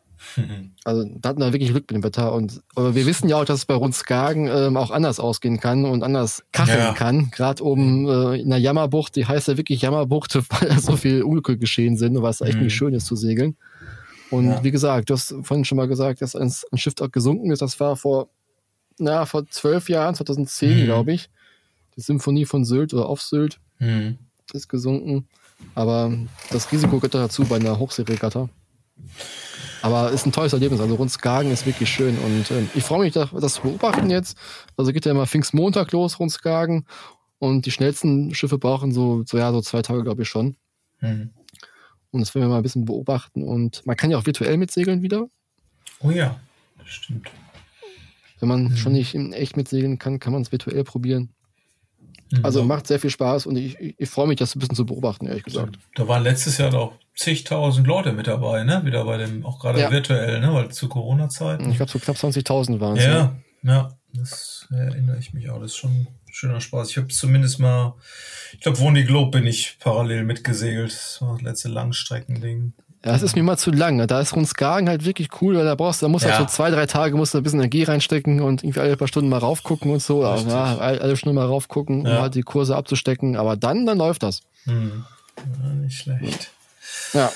[SPEAKER 1] Also da hatten wir wirklich Glück mit dem Wetter. Und aber wir wissen ja auch, dass es bei Rundskagen ähm, auch anders ausgehen kann und anders kacheln
[SPEAKER 2] Ja.
[SPEAKER 1] kann. Gerade oben äh, in der Jammerbucht, die heißt ja wirklich Jammerbucht, weil da so viel Unglücke geschehen sind und was echt
[SPEAKER 2] Mhm.
[SPEAKER 1] nicht schön ist zu segeln. Und
[SPEAKER 2] Ja.
[SPEAKER 1] wie gesagt, du hast vorhin schon mal gesagt, dass ein, ein Schiff auch gesunken ist. Das war vor, na, vor zwölf Jahren, zwanzig zehn,
[SPEAKER 2] Mhm.
[SPEAKER 1] glaube ich. Die Symphonie von Sylt oder auf Sylt
[SPEAKER 2] Mhm.
[SPEAKER 1] ist gesunken. Aber das Risiko gehört dazu bei einer Hochseeregatta. Aber ist ein tolles Erlebnis. Also Rundskagen ist wirklich schön. Und ähm, ich freue mich, das, das zu beobachten jetzt. Also geht ja immer Pfingstmontag los, Rundskagen. Und die schnellsten Schiffe brauchen so, so, ja, so zwei Tage, glaube ich, schon.
[SPEAKER 2] Mhm.
[SPEAKER 1] Und das werden wir mal ein bisschen beobachten. Und man kann ja auch virtuell mitsegeln wieder.
[SPEAKER 2] Oh ja, das stimmt.
[SPEAKER 1] Wenn man
[SPEAKER 2] Mhm.
[SPEAKER 1] schon nicht in echt mitsegeln kann, kann man es virtuell probieren.
[SPEAKER 2] Mhm.
[SPEAKER 1] Also macht sehr viel Spaß und ich, ich, ich freue mich, das ein bisschen zu beobachten, ehrlich gesagt.
[SPEAKER 2] Da waren letztes Jahr doch zigtausend Leute mit dabei, ne? Wieder bei dem, auch gerade
[SPEAKER 1] Ja.
[SPEAKER 2] virtuell, ne? Weil zu Corona-Zeiten.
[SPEAKER 1] Ich glaube, so knapp zwanzigtausend waren es.
[SPEAKER 2] Ja, ja, das erinnere ich mich auch. Das ist schon ein schöner Spaß. Ich habe zumindest mal, ich glaube, Wohn die Globe bin ich parallel mitgesegelt. Das war das letzte Langstreckending.
[SPEAKER 1] Ja, es ist mir mal zu lang. Da ist Rundskagen halt wirklich cool, weil da brauchst du, da musst du
[SPEAKER 2] Ja.
[SPEAKER 1] halt so zwei, drei Tage musst du ein bisschen Energie reinstecken und irgendwie alle paar Stunden mal raufgucken und so.
[SPEAKER 2] Richtig.
[SPEAKER 1] Ja, alle alle Stunden mal raufgucken, um
[SPEAKER 2] Ja.
[SPEAKER 1] halt die Kurse abzustecken. Aber dann, dann läuft das.
[SPEAKER 2] Hm. Ja, nicht schlecht.
[SPEAKER 1] Ja.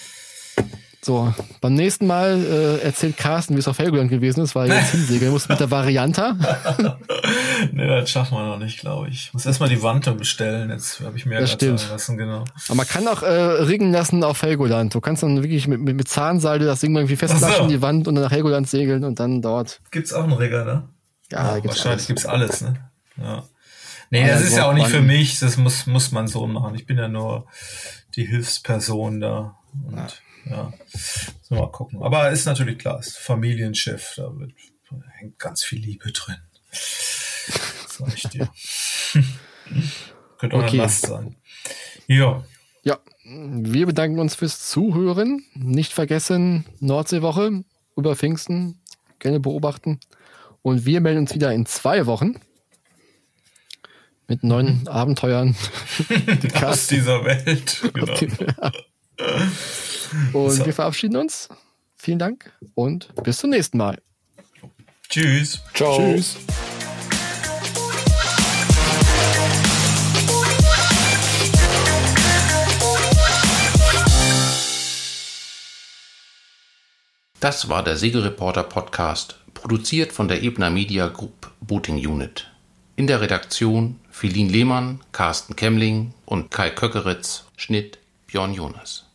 [SPEAKER 1] So, beim nächsten Mal äh, erzählt Carsten, wie es auf Helgoland gewesen ist, weil er jetzt hinsegeln muss mit der Varianta.
[SPEAKER 2] Ne, das schaffen wir noch nicht, glaube ich. Ich muss erstmal die Wante bestellen. Jetzt habe ich mir ja
[SPEAKER 1] Das
[SPEAKER 2] gerade
[SPEAKER 1] stimmt.
[SPEAKER 2] sagen lassen, genau.
[SPEAKER 1] Aber man kann auch äh, riggen lassen auf Helgoland. Du kannst dann wirklich mit, mit, mit Zahnseide das Ding mal irgendwie festlaschen,
[SPEAKER 2] Ach so.
[SPEAKER 1] die Wand und dann nach Helgoland segeln und dann dort.
[SPEAKER 2] Gibt's auch einen Rigger, ne?
[SPEAKER 1] Ja, gibt's
[SPEAKER 2] wahrscheinlich
[SPEAKER 1] alles.
[SPEAKER 2] gibt's alles, ne? Ja. Nee,
[SPEAKER 1] Aber
[SPEAKER 2] das ist ja auch nicht für
[SPEAKER 1] Wanten.
[SPEAKER 2] mich. Das muss, muss mein Sohn machen. Ich bin ja nur die Hilfsperson da. Und ja, ja. So, mal gucken. Aber ist natürlich klar, ist Familienschiff. Da, wird, da hängt ganz viel Liebe drin. Sag ich dir. Könnte auch
[SPEAKER 1] Okay.
[SPEAKER 2] eine Last sein. Ja.
[SPEAKER 1] Ja, wir bedanken uns fürs Zuhören. Nicht vergessen, Nordseewoche über Pfingsten. Gerne beobachten. Und wir melden uns wieder in zwei Wochen mit neuen Abenteuern.
[SPEAKER 2] Aus dieser Welt. Genau.
[SPEAKER 1] Und
[SPEAKER 2] So.
[SPEAKER 1] wir verabschieden uns. Vielen Dank und bis zum nächsten Mal.
[SPEAKER 2] Tschüss.
[SPEAKER 3] Ciao.
[SPEAKER 1] Tschüss.
[SPEAKER 4] Das war der Segelreporter Podcast, produziert von der Ebner Media Group Booting Unit. In der Redaktion Philin Lehmann, Carsten Kemmling und Kai Köckeritz, Schnitt Björn Jonas.